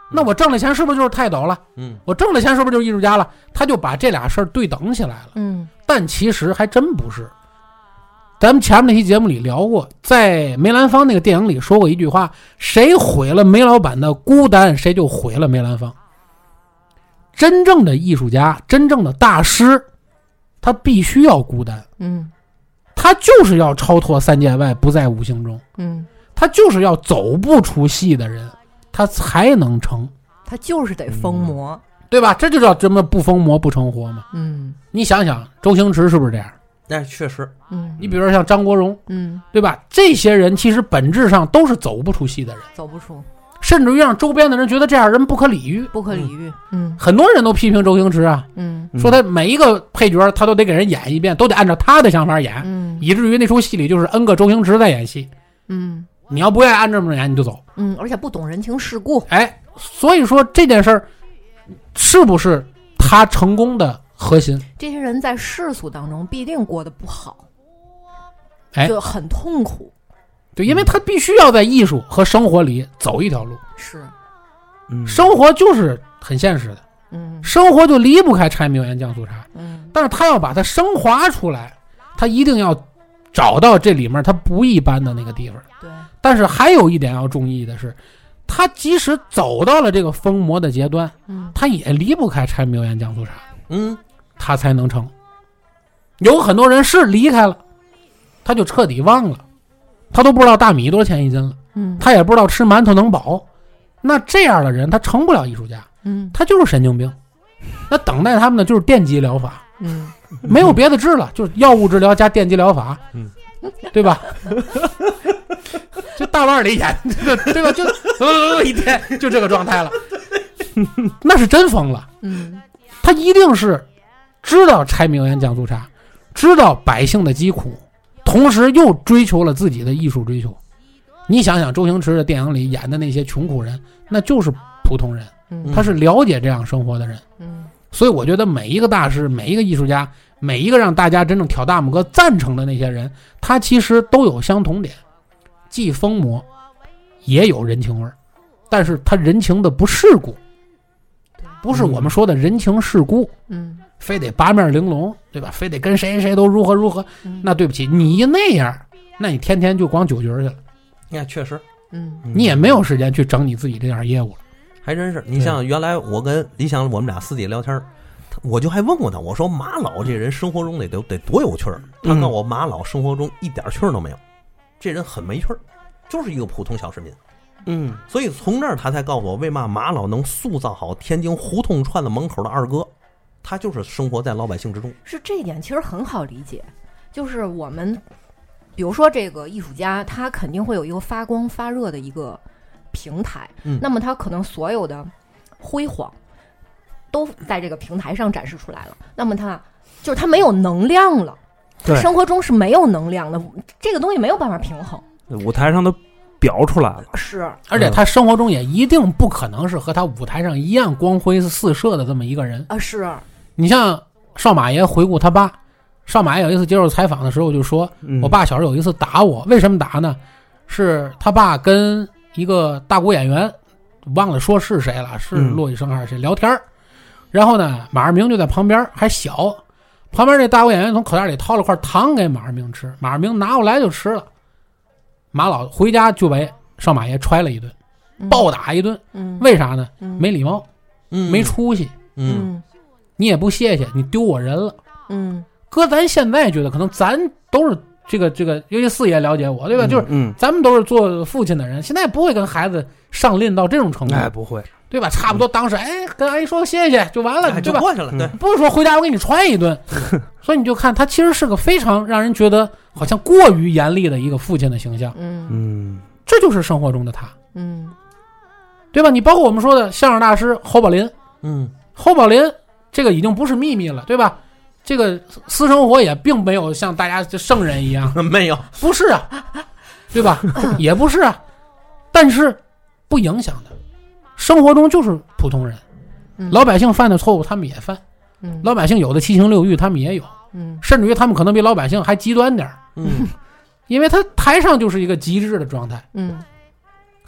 那我挣了钱是不是就是泰斗了？
嗯，
我挣了钱是不是就是艺术家了？他就把这俩事儿对等起来了。
嗯，
但其实还真不是。咱们前面那期节目里聊过，在梅兰芳那个电影里说过一句话：谁毁了梅老板的孤单，谁就毁了梅兰芳。真正的艺术家，真正的大师，他必须要孤单。
嗯，
他就是要超脱三界外，不在五行中。
嗯，
他就是要走不出戏的人，他才能成。
他就是得疯魔，
嗯、对吧？这就叫什么不疯魔不成活嘛。
嗯，
你想想，周星驰是不是这样？
那确实。
嗯，
你比如说像张国荣，
嗯，
对吧？这些人其实本质上都是走不出戏的人，
走不出，
甚至于让周边的人觉得这样人不可理喻，
不可理喻。嗯，
很多人都批评周星驰啊，
嗯，
说他每一个配角他都得给人演一遍，都得按照他的想法演，
嗯，
以至于那出戏里就是 N 个周星驰在演戏。
嗯，
你要不愿意按这么演，你就走。
嗯，而且不懂人情世故。
哎，所以说这件事儿是不是他成功的核心？
这些人在世俗当中必定过得不好，
哎，
就很痛苦。
对，因为他必须要在艺术和生活里走一条路。
是，
嗯，
生活就是很现实的，
嗯，
生活就离不开柴米油盐酱醋茶。
嗯，
但是他要把它升华出来，他一定要找到这里面他不一般的那个地方。
对。
但是还有一点要注意的是，他即使走到了这个疯魔的阶段，
嗯，
他也离不开柴米油盐酱醋茶，
嗯，
他才能成。有很多人是离开了，他就彻底忘了，他都不知道大米多少钱一斤了，
嗯，
他也不知道吃馒头能饱。那这样的人他成不了艺术家，
嗯，
他就是神经病。那等待他们的就是电击疗法，
嗯，
没有别的治了，就是药物治疗加电击疗法，
嗯，
对吧？就大腕里演，对吧？就呃一天就这个状态了，那是真疯了。
嗯，
他一定是知道柴米油盐酱醋茶，知道百姓的疾苦，同时又追求了自己的艺术追求。你想想周星驰的电影里演的那些穷苦人，那就是普通人，
嗯，
他是了解这样生活的人。
嗯，
所以我觉得每一个大师，每一个艺术家，每一个让大家真正挑大拇哥赞成的那些人，他其实都有相同点，既疯魔也有人情味儿，但是他人情的不世故，不是我们说的人情世故，
嗯，
非得八面玲珑，对吧？非得跟谁谁都如何如何，
嗯，
那对不起，你那样，那你天天就光酒局去了，
那确实，
嗯，
你也没有时间去整你自己这样业务了。
还真是。你像原来我跟李想我们俩私底下聊天，我就还问过他，我说马老这人生活中得得得多有趣儿。他告诉我马老生活中一点趣儿都没有，这人很没趣儿，就是一个普通小市民。
嗯，
所以从那儿他才告诉我，为嘛马老能塑造好天津胡同串子门口的二哥，他就是生活在老百姓之中。
是这一点其实很好理解，就是我们比如说这个艺术家，他肯定会有一个发光发热的一个平台，
嗯，
那么他可能所有的辉煌都在这个平台上展示出来了，那么他就是他没有能量了，他生活中是没有能量的，这个东西没有办法平衡，
舞台上都表出来了，
是，
而且他生活中也一定不可能是和他舞台上一样光辉四射的这么一个人
啊。是，
你像少马爷回顾他爸，少马爷有一次接受采访的时候就说，
嗯、
我爸小时候有一次打我，为什么打呢？是他爸跟一个大鼓演员，忘了说是谁了，是骆医生还是谁、嗯、聊天，然后呢马二明就在旁边还小，旁边这大鼓演员从口袋里掏了块糖给马二明吃，马二明拿过来就吃了，马老回家就被少马爷踹了一顿，暴打一顿，
嗯，
为啥呢？
嗯、
没礼貌，
嗯，
没出息，
嗯，
你也不谢谢，你丢我人了，
嗯，
搁咱现在觉得可能咱都是这个这个，尤其四爷了解我，对吧？
嗯、
就是
嗯，
咱们都是做父亲的人，现在不会跟孩子上拎到这种程度，
哎，不会，
对吧？差不多当时哎跟阿姨说谢谢就完了，
哎、
对吧？
就过去了，对，
不是说回家我给你踹一顿，所以你就看他其实是个非常让人觉得好像过于严厉的一个父亲的形象，
嗯
嗯，
这就是生活中的他，
嗯，
对吧？你包括我们说的相声大师侯宝林，
嗯，
侯宝林这个已经不是秘密了，对吧？这个私生活也并没有像大家这圣人一样，
没有，
不是啊，对吧？也不是啊，但是不影响的，生活中就是普通人，
嗯、
老百姓犯的错误他们也犯，
嗯、
老百姓有的七情六欲他们也有，
嗯，
甚至于他们可能比老百姓还极端点，
嗯，
因为他台上就是一个极致的状态，
嗯，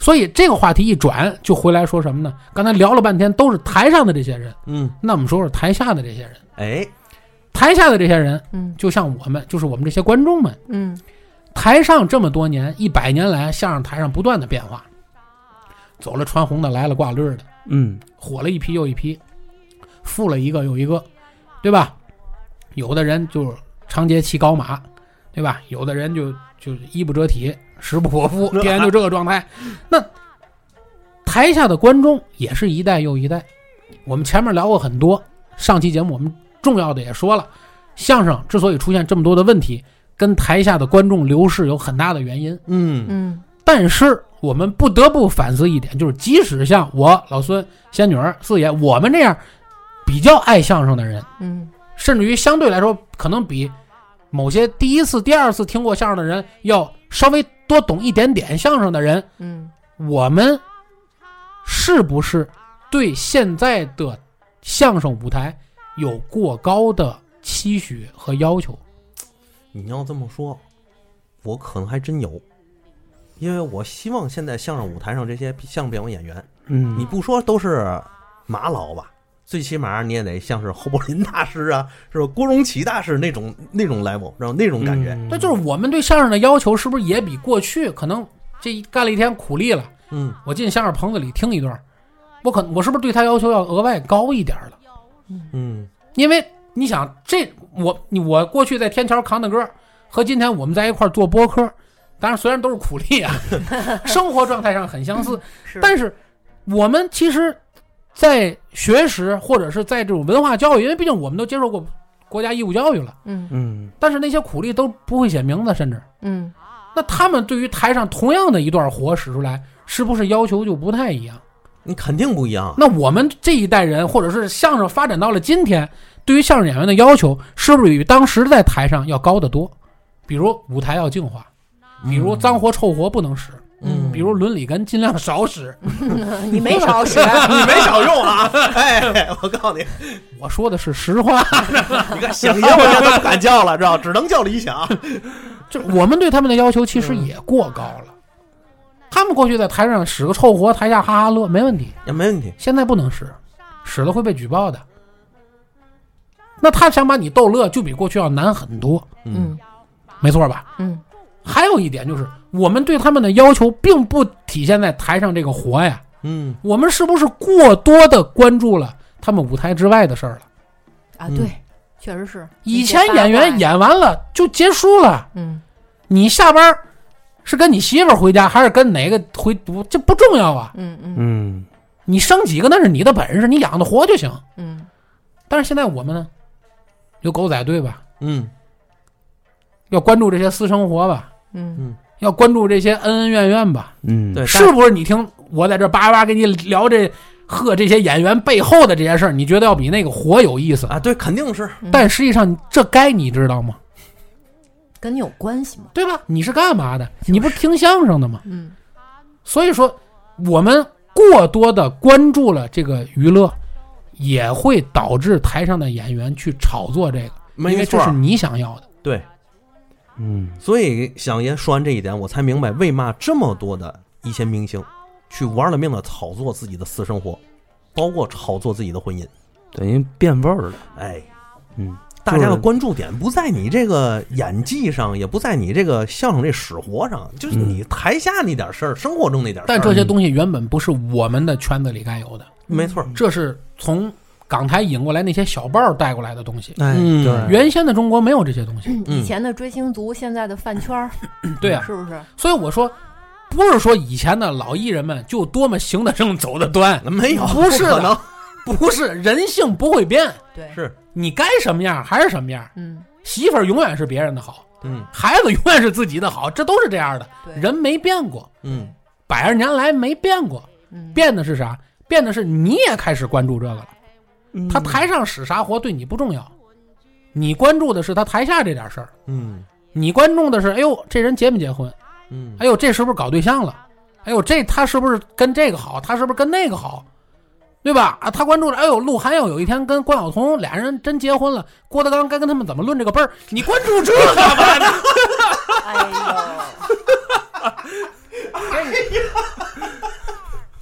所以这个话题一转，就回来说什么呢？刚才聊了半天都是台上的这些人，
嗯，
那我们说说台下的这些人。
哎，
台下的这些人，
嗯，
就像我们，就是我们这些观众们，
嗯，
台上这么多年，一百年来，相声台上不断的变化，走了穿红的，来了挂绿的，
嗯，
火了一批又一批，富了一个又一个，对吧？有的人就长街骑高马，对吧？有的人就就衣不遮体，食不果腹，天天就这个状态。那台下的观众也是一代又一代。我们前面聊过很多，上期节目我们重要的也说了，相声之所以出现这么多的问题，跟台下的观众流逝有很大的原因。
嗯
嗯，
但是我们不得不反思一点，就是即使像我老孙、仙女儿、四爷，我们这样比较爱相声的人，
嗯，
甚至于相对来说可能比某些第一次、第二次听过相声的人要稍微多懂一点点相声的人，
嗯，
我们是不是对现在的相声舞台有过高的期许和要求？
你要这么说，我可能还真有，因为我希望现在相声舞台上这些相声表演演员，
嗯，
你不说都是马老吧，最起码你也得像是侯宝林大师啊，是吧？郭荣启大师那种那种 level， 然后那种感觉。
嗯
那就是我们对相声的要求是不是也比过去可能这一干了一天苦力了，
嗯，
我进相声棚子里听一段，我可我是不是对他要求要额外高一点了？
嗯，
因为你想，这我你我过去在天桥扛的歌，和今天我们在一块做播客，当然虽然都是苦力啊，生活状态上很相似，
是，
但是我们其实，在学识或者是在这种文化教育，因为毕竟我们都接受过国家义务教育了，
嗯
嗯
但是那些苦力都不会写名字，甚至
嗯，
那他们对于台上同样的一段活使出来，是不是要求就不太一样？
你肯定不一样。
那我们这一代人，或者是相声发展到了今天，对于相声演员的要求，是不是比当时在台上要高得多？比如舞台要净化，比如脏活臭活不能使，
嗯
比如伦理根尽量少使。
你没少使，
你没少用啊！哎，我告诉你，
我说的是实话。
你看想爷我现在都不敢叫了，知道？只能叫理想。
就我们对他们的要求其实也过高了。他们过去在台上使个臭活，台下哈哈乐没问题，
也没问题。
现在不能使，使了会被举报的。那他想把你逗乐，就比过去要难很多，
嗯
没错吧？
嗯
还有一点就是，我们对他们的要求并不体现在台上这个活呀，
嗯
我们是不是过多的关注了他们舞台之外的事儿了？
啊，
嗯
对，确实是。
以前演员演完了就结束了，
嗯
你下班是跟你媳妇儿回家，还是跟哪个回不这不重要啊？
嗯嗯
嗯
你生几个那是你的本事，你养得活就行。
嗯
但是现在我们呢，有狗仔队吧，
嗯
要关注这些私生活吧，
嗯
要关注这些恩恩怨怨吧，
嗯，
对，
是不是？你听我在这叭叭给你聊这和这些演员背后的这些事儿，你觉得要比那个活有意思
啊，对，肯定是。
嗯，
但实际上这该你知道吗？
跟你有关系吗？
对吧？你是干嘛的？你不是听相声的吗？
嗯
所以说，我们过多的关注了这个娱乐，也会导致台上的演员去炒作这个，因为
没错
这是你想要的。
对，
嗯
所以响爷说完这一点，我才明白为嘛这么多的一些明星去玩了命的炒作自己的私生活，包括炒作自己的婚姻。
等于变味儿了。
哎，
嗯，
大家的关注点不在你这个演技上，也不在你这个相声这使活上，就是你台下那点事儿，生活中那点事儿。
但这些东西原本不是我们的圈子里该有的，
没错，
这是从港台引过来那些小报带过来的东西。
哎，
嗯
对，
原先的中国没有这些东西，
以前的追星族，现在的饭圈儿，
对啊，
是不是？
所以我说，不是说以前的老艺人们就多么行得正走得端，
没有，
不是的
可能，
不是人性不会变，
对，
是，
你该什么样还是什么样。
嗯
媳妇儿永远是别人的好，
嗯
孩子永远是自己的好，这都是这样的。
对，
人没变过，
嗯
百十年来没变过，
嗯
变的是啥？变的是你也开始关注这个了。
嗯
他台上使啥活对你不重要，你关注的是他台下这点事儿。
嗯
你关注的是，哎呦，这人结没结婚？
嗯，
哎呦，这是不是搞对象了？哎呦，这他是不是跟这个好？他是不是跟那个好？对吧？啊，他关注了，哎呦，鹿晗要有一天跟关晓彤俩人真结婚了，郭德纲该跟他们怎么论这个辈儿？你关注这干嘛呢？
哎呦，真是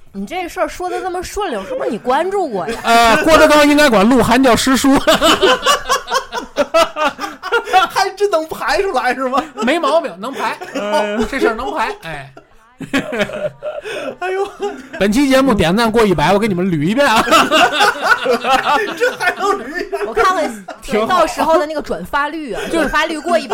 你这事儿说的这么顺溜，是不是你关注过呀？
呃，郭德纲应该管鹿晗叫师叔，
还真能排出来是吗？
没毛病，能排，哦、这事儿能排，哎。
哎呦！
本期节目点赞过一百，我给你们捋一遍啊！
这还能捋？
我看看到时候的那个转发率啊，转发率过一百，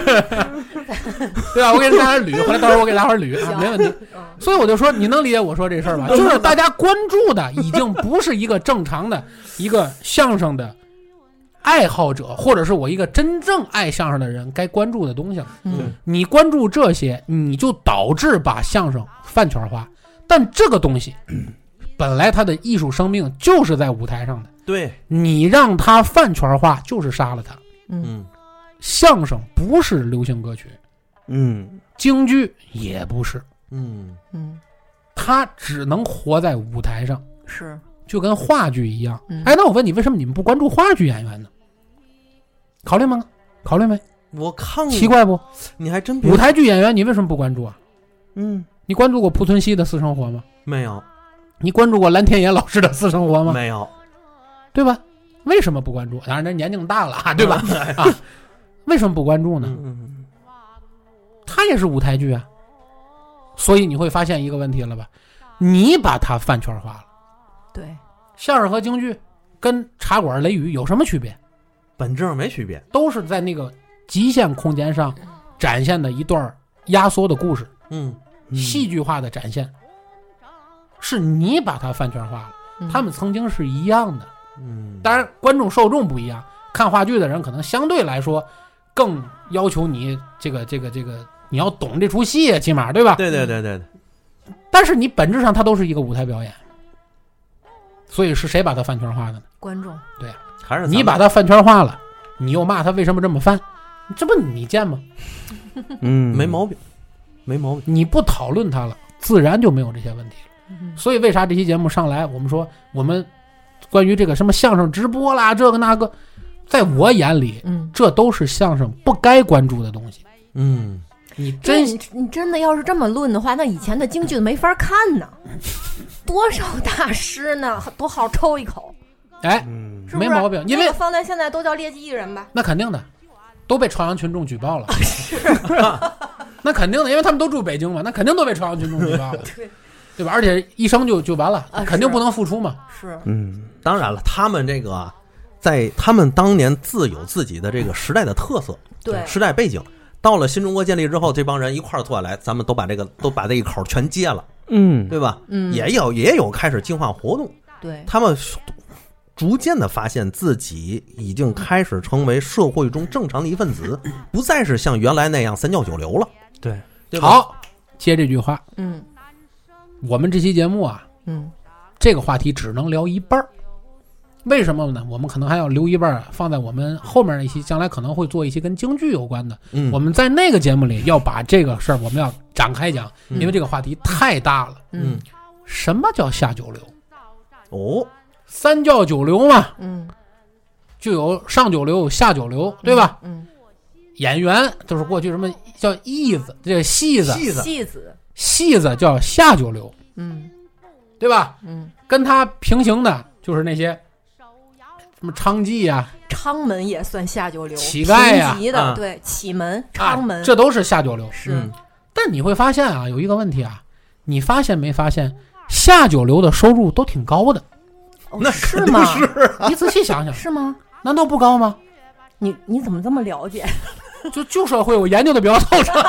对吧？我给大家捋，回来到时候我给大伙儿捋啊，没问题。所以我就说，你能理解我说这事儿吧？就是大家关注的已经不是一个正常的一个相声的爱好者，或者是我一个真正爱相声的人该关注的东西了。
嗯，
你关注这些，你就导致把相声饭圈化。但这个东西本来它的艺术生命就是在舞台上的，
对，
你让它饭圈化就是杀了它。
嗯，
相声不是流行歌曲，
嗯，
京剧也不是，
嗯
嗯，
它只能活在舞台上，
是
就跟话剧一样。
嗯、
哎，那我问你，为什么你们不关注话剧演员呢？考虑吗？考虑没？
我看
奇怪不？
你还真别
舞台剧演员，你为什么不关注啊？
嗯，
你关注过濮存昕的私生活吗？
没有。
你关注过蓝天野老师的私生活吗？
没有，
对吧？为什么不关注？当然，人年龄大了啊，对吧？啊，为什么不关注呢？
嗯，
他也是舞台剧啊，所以你会发现一个问题了吧？你把它饭圈化了。
对，
相声和京剧跟茶馆、雷雨有什么区别？
本质上没区别，
都是在那个极限空间上展现的一段压缩的故事，
嗯，
戏剧化的展现。是你把它饭圈化了，
嗯、
他们曾经是一样的。
嗯，
当然观众受众不一样，看话剧的人可能相对来说更要求你这个这个这个你要懂这出戏，起码对吧？
对对对对对。
但是你本质上它都是一个舞台表演，所以是谁把它饭圈化的呢？
观众。
对，
还是
你把它饭圈化了，你又骂他为什么这么翻，这不你贱吗？
嗯，没毛病，没毛病。
你不讨论它了，自然就没有这些问题了。所以为啥这期节目上来，我们说我们关于这个什么相声直播啦，这个那个，在我眼里，
嗯，
这都是相声不该关注的东西。
嗯，
你真
你你真的要是这么论的话，那以前的京剧没法看呢，多少大师呢，多好抽一口。
哎，
嗯，
是不是
没毛病，因为、
那个、放在现在都叫劣迹艺人吧？
那肯定的，都被朝阳群众举报了。是，那肯定的，因为他们都住北京嘛，那肯定都被朝阳群众举报了。
对。
对吧？而且一生就就完了，
啊、
肯定不能付出嘛。
是，
嗯，当然了，他们这个在他们当年自有自己的这个时代的特色，
对
时代背景。到了新中国建立之后，这帮人一块儿坐下来，咱们都把这个都把这一口全接了，
嗯，
对吧？
嗯，
也有也有开始净化活动，
对，
他们逐渐的发现自己已经开始成为社会中正常的一份子，不再是像原来那样三教九流了。
对，
对吧？
好，接这句话，
嗯。
我们这期节目啊，
嗯，
这个话题只能聊一半儿，为什么呢？我们可能还要留一半放在我们后面一期，将来可能会做一些跟京剧有关的。
嗯，
我们在那个节目里要把这个事儿我们要展开讲，
嗯、
因为这个话题太大了。
嗯，
什么叫下九流？
哦，
三教九流嘛。
嗯，
就有上九流、下九流，对吧？
嗯，
演员都是过去什么叫义子，这个戏子，
戏子，
戏子。
戏子叫下九流，
嗯，
对吧？
嗯，
跟他平行的就是那些什么娼妓呀、
昌门也算下九流，
乞丐呀、
平级的、
啊、
对，启门、昌门、
啊，这都是下九流。
是、
嗯，
但你会发现啊，有一个问题啊，你发现没发现，下九流的收入都挺高的？
哦、
那
是吗？
是、
啊，你仔细想想，
是吗？
难道不高吗？
你你怎么这么了解？
就旧社会，我研究的比较透彻。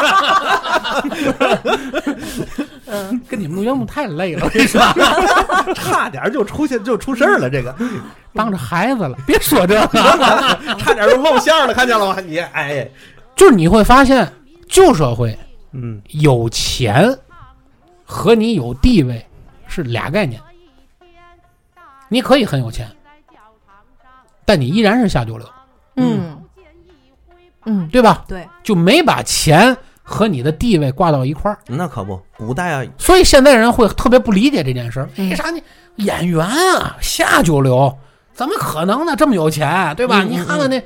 嗯，
跟你们录节目太累了，我跟你说，
差点就出现就出事儿了。这个
当着孩子了，别说这个，
差点就露馅了，看见了吗？你哎，
就是你会发现，旧社会，
嗯，
有钱和你有地位是俩概念。你可以很有钱，但你依然是下九流。
嗯。嗯，
对吧？
对，
就没把钱和你的地位挂到一块儿。
那可不，古代啊，
所以现在人会特别不理解这件事儿。
嗯、
为啥你演员啊下九流，怎么可能呢？这么有钱，对吧？
嗯、
你看看那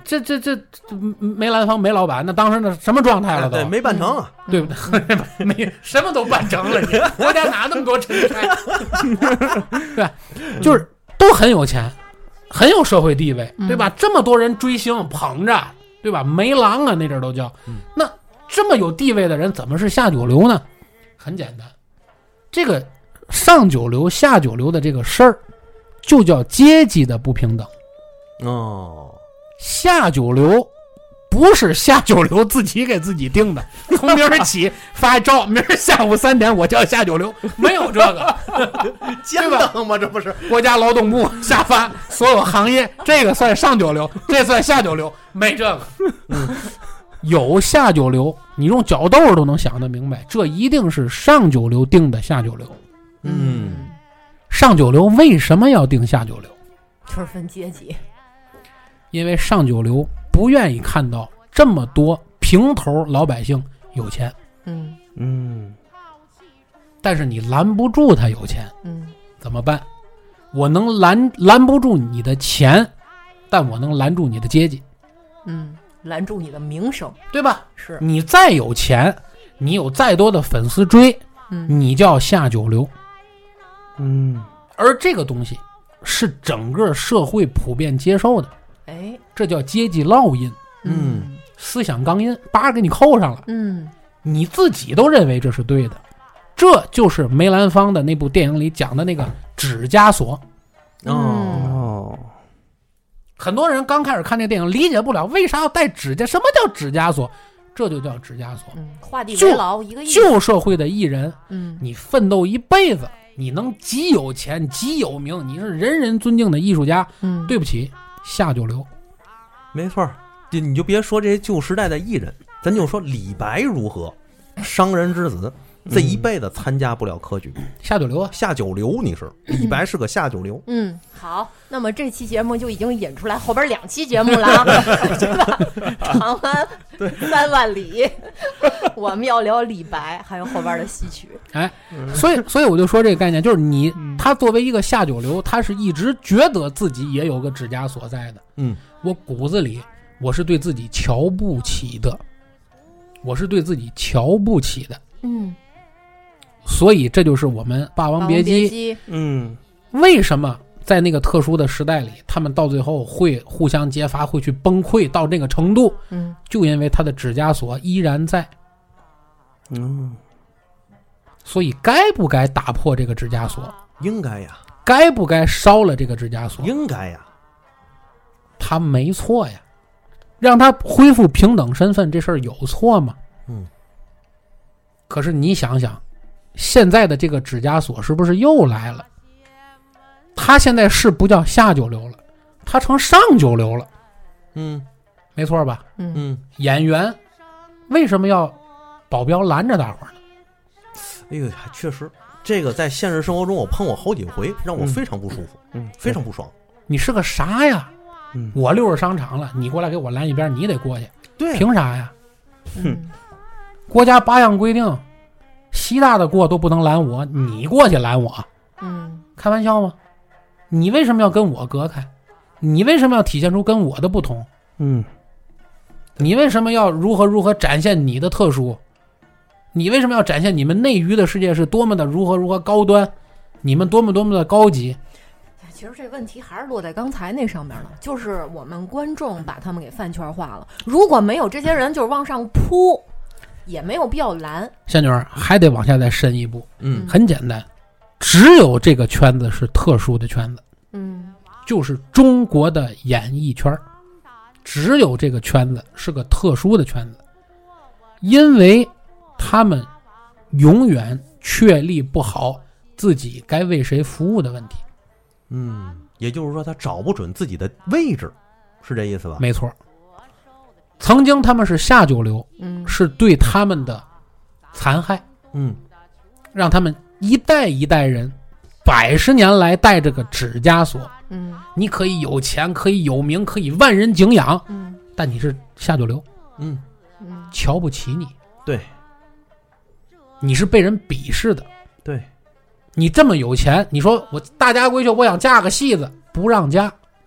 这这这梅兰芳梅老板，那当时那什么状态了都？
对，没办成啊，
对不对？没什么都办成了，你国家哪那么多陈差？对，就是都很有钱，很有社会地位，对吧？这么多人追星捧着，对吧？梅郎啊，那阵儿都叫。那这么有地位的人，怎么是下九流呢？很简单，这个上九流、下九流的这个事儿，就叫阶级的不平等。
哦。
下九流不是下九流自己给自己定的，从明儿起发招，明儿下午三点我叫下九流，没有这个，
奸党吗？这不是
国家劳动部下发所有行业，这个算上九流，这算下九流，没这个。嗯，有下九流，你用角豆都能想得明白，这一定是上九流定的下九流。
嗯，
上九流为什么要定下九流？
就是分阶级。
因为上九流不愿意看到这么多平头老百姓有钱，
嗯
嗯，
但是你拦不住他有钱，
嗯，
怎么办？我能拦拦不住你的钱，但我能拦住你的阶级，
嗯，拦住你的名声，
对吧？
是
你再有钱，你有再多的粉丝追，
嗯，
你叫下九流，
嗯，
而这个东西是整个社会普遍接受的。
哎，
这叫阶级烙印，
嗯，
思想钢印，叭给你扣上了，
嗯，
你自己都认为这是对的，这就是梅兰芳的那部电影里讲的那个指枷锁。
哦，
很多人刚开始看这电影理解不了，为啥要戴指甲？什么叫指枷锁？这就叫指枷锁。
嗯，画地为牢一个意思。
旧社会的艺人，
嗯，
你奋斗一辈子，你能极有钱、极有名，你是人人尊敬的艺术家。
嗯，
对不起。下九流，
没错，你就别说这些旧时代的艺人，咱就说李白如何，商人之子，这一辈子参加不了科举，
嗯、下九流啊，
下九流，你是李白是个下九流。
嗯，好，那么这期节目就已经引出来后边两期节目了啊，对吧？长安三万里，我们要聊李白，还有后边的戏曲。
哎，所以所以我就说这个概念，就是你他作为一个下九流，他是一直觉得自己也有个指枷所在的。
嗯，
我骨子里我是对自己瞧不起的，我是对自己瞧不起的。
嗯，
所以这就是我们《霸王别姬》。
姬
嗯，
为什么在那个特殊的时代里，他们到最后会互相揭发，会去崩溃到这个程度？
嗯，
就因为他的指枷锁依然在。
嗯，
所以该不该打破这个指枷锁？
应该呀。
该不该烧了这个指枷锁？
应该呀。
他没错呀，让他恢复平等身份，这事儿有错吗？
嗯。
可是你想想，现在的这个指枷锁是不是又来了？他现在是不叫下九流了，他成上九流了。
嗯，
没错吧？
嗯
嗯，
演员为什么要保镖拦着大伙呢？
哎呦，确实，这个在现实生活中我碰过好几回，让我非常不舒服，嗯，非常不爽。
你是个啥呀？
嗯，
我溜着商场了，你过来给我拦一边，你得过去。
对，
凭啥呀？
嗯，
国家八项规定，习大的过都不能拦我，你过去拦我？
嗯，
开玩笑吗？你为什么要跟我隔开？你为什么要体现出跟我的不同？
嗯，
你为什么要如何如何展现你的特殊？你为什么要展现你们内娱的世界是多么的如何如何高端，你们多么多么的高级？
其实这问题还是落在刚才那上面了，就是我们观众把他们给饭圈化了。如果没有这些人就是往上扑，也没有必要拦。
仙女儿还得往下再深一步。
嗯，
很简单，只有这个圈子是特殊的圈子，
嗯，
就是中国的演艺圈，只有这个圈子是个特殊的圈子，因为他们永远确立不好自己该为谁服务的问题。
嗯，也就是说他找不准自己的位置，是这意思吧？
没错。曾经他们是下九流，
嗯，
是对他们的残害，
嗯，
让他们一代一代人百十年来带着个指枷锁。
嗯，
你可以有钱，可以有名，可以万人敬仰，
嗯，
但你是下九流，
嗯
嗯，
瞧不起你，
对，
你是被人鄙视的。
对，
你这么有钱，你说我大家闺秀，我想嫁个戏子，不让嫁，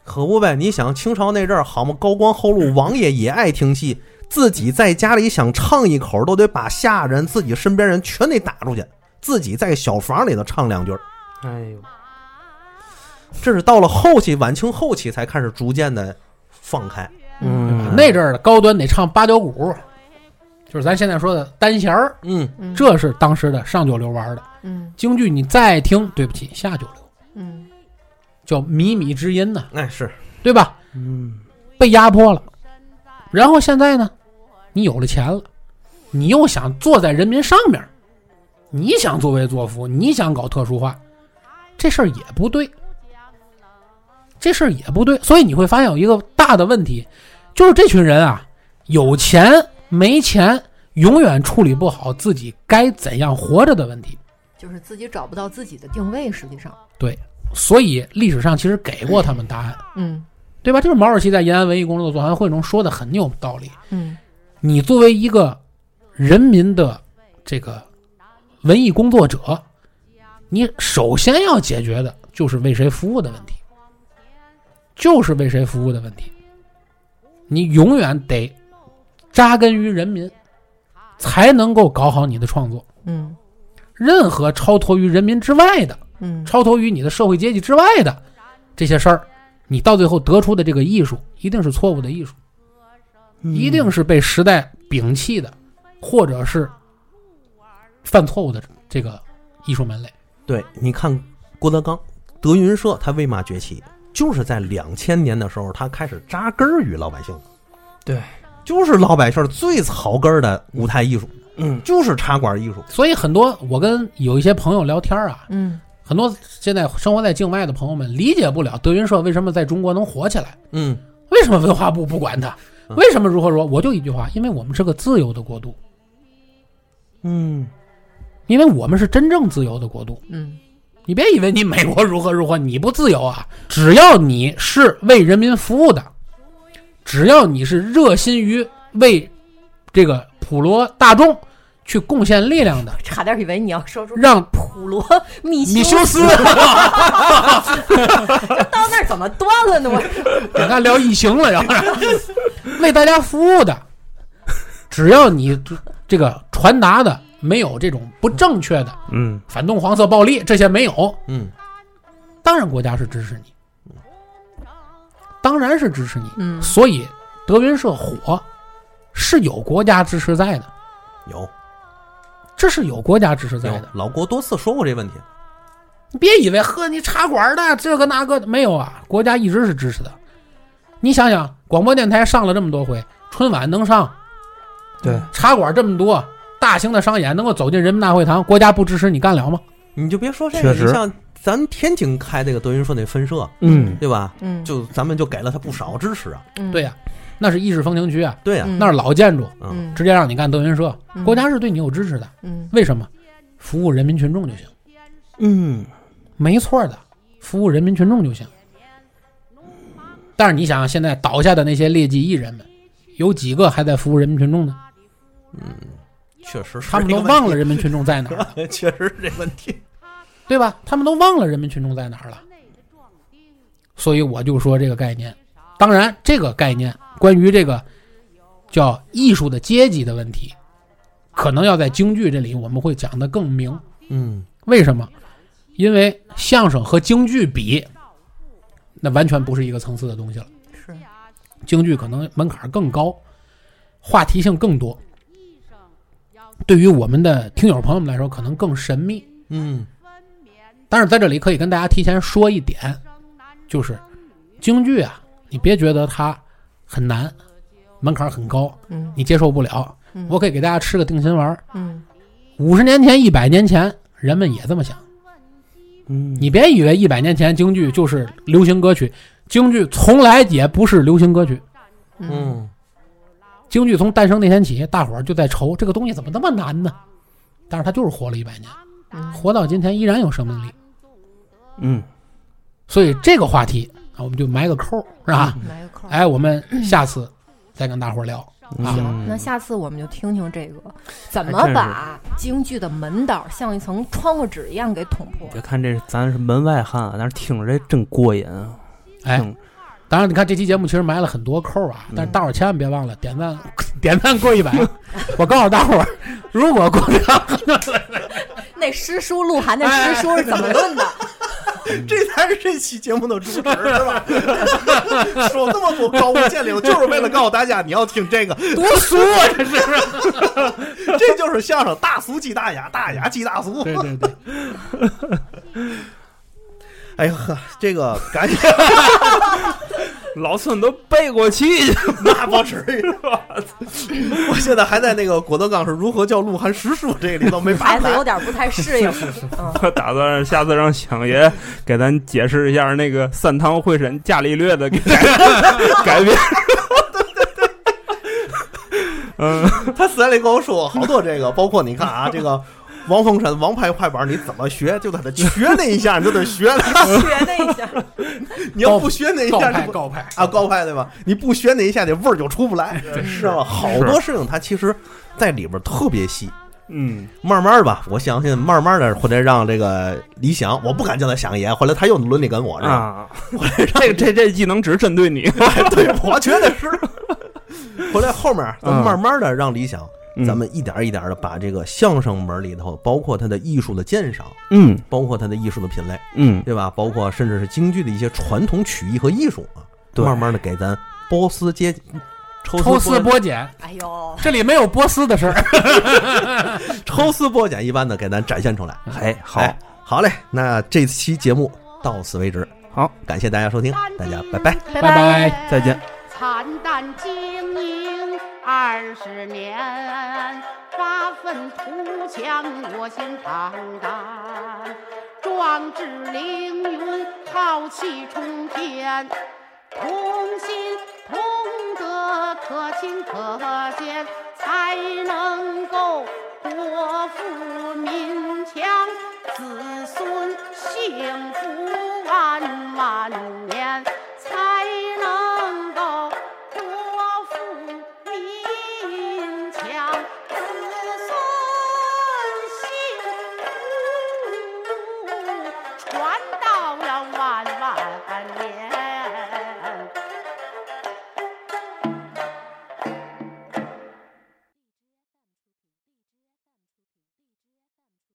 可不呗？你想清朝那阵儿好嘛，高官厚禄，王爷也爱听戏，自己在家里想唱一口，都得把下人、自己身边人全得打出去，自己在小房里头唱两句。
哎呦，
这是到了后期，晚清后期才开始逐渐的放开。
嗯，
那阵儿的高端得唱八角鼓，就是咱现在说的单弦儿，
嗯，
这是当时的上九流玩的。
嗯，
京剧你再听，对不起，下九流。
嗯，
叫靡靡之音呢、啊，
哎是，
对吧？
嗯，
被压迫了，然后现在呢，你有了钱了，你又想坐在人民上面，你想作威作福，你想搞特殊化，这事儿也不对，这事儿也不对。所以你会发现有一个大的问题，就是这群人啊，有钱没钱，永远处理不好自己该怎样活着的问题。
就是自己找不到自己的定位，实际上
对，所以历史上其实给过他们答案，
嗯，
对吧？就是毛主席在延安文艺工作座谈会中说的很有道理。
嗯，
你作为一个人民的这个文艺工作者，你首先要解决的就是为谁服务的问题，就是为谁服务的问题。你永远得扎根于人民，才能够搞好你的创作。
嗯。
任何超脱于人民之外的，
嗯，
超脱于你的社会阶级之外的这些事儿，你到最后得出的这个艺术，一定是错误的艺术，
嗯、
一定是被时代摒弃的，或者是犯错误的这个艺术门类。
对，你看郭德纲、德云社，他为嘛崛起？就是在两千年的时候，他开始扎根于老百姓。
对，
就是老百姓最草根的舞台艺术。嗯，就是茶馆艺术。
所以很多我跟有一些朋友聊天啊，
嗯，
很多现在生活在境外的朋友们理解不了德云社为什么在中国能火起来。
嗯，
为什么文化部不管它？为什么如何说？我就一句话，因为我们是个自由的国度。
嗯，
因为我们是真正自由的国度。
嗯，
你别以为你美国如何如何，你不自由啊！只要你是为人民服务的，只要你是热心于为这个普罗大众去贡献力量的，
差点以为你要说出
让
普罗米
米修斯
到那儿怎么断了呢？我
跟他聊异形了，然后为大家服务的，只要你这个传达的没有这种不正确的，
嗯，
反动、黄色、暴力这些没有，
嗯，
当然国家是支持你，当然是支持你，
嗯，
所以德云社火是有国家支持在的，
有，
这是有国家支持在的。
老郭多次说过这问题。
你别以为呵，你茶馆的这个那个没有啊，国家一直是支持的。你想想，广播电台上了这么多回，春晚能上，
对，
茶馆这么多大型的商演能够走进人民大会堂，国家不支持你干了吗？
你就别说这个，你像咱天津开这个德云社那分社，
嗯，
对吧？
嗯，
就咱们就给了他不少支持啊。
嗯，
对呀、啊，那是意式风情区啊，
对呀、啊
嗯，
那是老建筑，
嗯，
直接让你干德云社，
嗯、
国家是对你有支持的。
嗯，
为什么？服务人民群众就行。
嗯，
没错的，服务人民群众就行。但是你想，现在倒下的那些劣迹艺人们，有几个还在服务人民群众呢？
嗯，确实是，
他们都忘了人民群众在哪儿了，
确实是这问题，
对吧？他们都忘了人民群众在哪儿了。所以我就说这个概念，当然这个概念关于这个叫艺术的阶级的问题，可能要在京剧这里我们会讲得更明。
嗯，
为什么？因为相声和京剧比，那完全不是一个层次的东西了。
是，
京剧可能门槛更高，话题性更多，对于我们的听友朋友们来说可能更神秘。
嗯，
但是在这里可以跟大家提前说一点，就是京剧啊，你别觉得它很难，门槛很高，
嗯，
你接受不了。
嗯，
我可以给大家吃个定心丸。
嗯，
五十年前、一百年前，人们也这么想。
嗯，
你别以为一百年前京剧就是流行歌曲，京剧从来也不是流行歌曲。
嗯，
京剧从诞生那天起，大伙儿就在愁这个东西怎么那么难呢？但是它就是活了一百年，
嗯，
活到今天依然有生命力。
嗯，
所以这个话题啊，我们就埋个扣，是吧？
埋个扣。
哎，我们下次再跟大伙儿聊。
行，
嗯，
那下次我们就听听这个怎么把京剧的门道像一层窗户纸一样给捅破。
别看这咱是门外汉，但是听着这真过瘾啊！
哎， 当然，你看这期节目其实埋了很多扣啊，但是大伙儿千万别忘了点赞，点赞过一百。我告诉大伙儿，如果过不了，
那诗书鹿晗的诗书是怎么论的？
这才是这期节目的主旨，是吧？说这么多高屋建瓴，就是为了告诉大家你要听这个
多俗啊！这是，
这就是相声大俗即大雅，大雅即大俗。
对对对。
哎呀呵，这个感觉
老孙都背过去，
那不至于。我现在还在那个郭德纲是如何教鹿晗诗书这个里头没发
孩子有点不太适应。
我打算下次让香爷给咱解释一下那个三堂会审伽利略的改改变。
嗯，他私下里跟我说好多这个，包括你看啊，这个。王凤山王牌快板你怎么学？就在他学那一下，你就得学了。
学那一下，
你要不学那一下，
高派高派
啊，高派对吧？你不学那一下，这味儿就出不来，是吧？好多事情它其实在里边特别细。
嗯，
慢慢吧，我相信慢慢的会让这个李想，我不敢叫他想爷，后来他又伦理跟我这
啊，这这这技能只针对你，
对，我觉得是。后来后面慢慢的让李想。咱们一点一点的把这个相声门里头，包括它的艺术的鉴赏，
嗯，
包括它的艺术的品类，
嗯，
对吧？包括甚至是京剧的一些传统曲艺和艺术啊，慢慢的给咱波斯接
抽丝剥茧。
哎呦，
这里没有波斯的事儿，
抽丝剥茧一般的给咱展现出来。
哎，好，
哎，好嘞，那这期节目到此为止。
好，
感谢大家收听，大家拜拜，
拜
拜，
再见。
惨淡经营二十年，发愤图强，我心坦荡，壮志凌云，浩气冲天，同心同德，可亲可见，才能够国富民强，子孙幸福安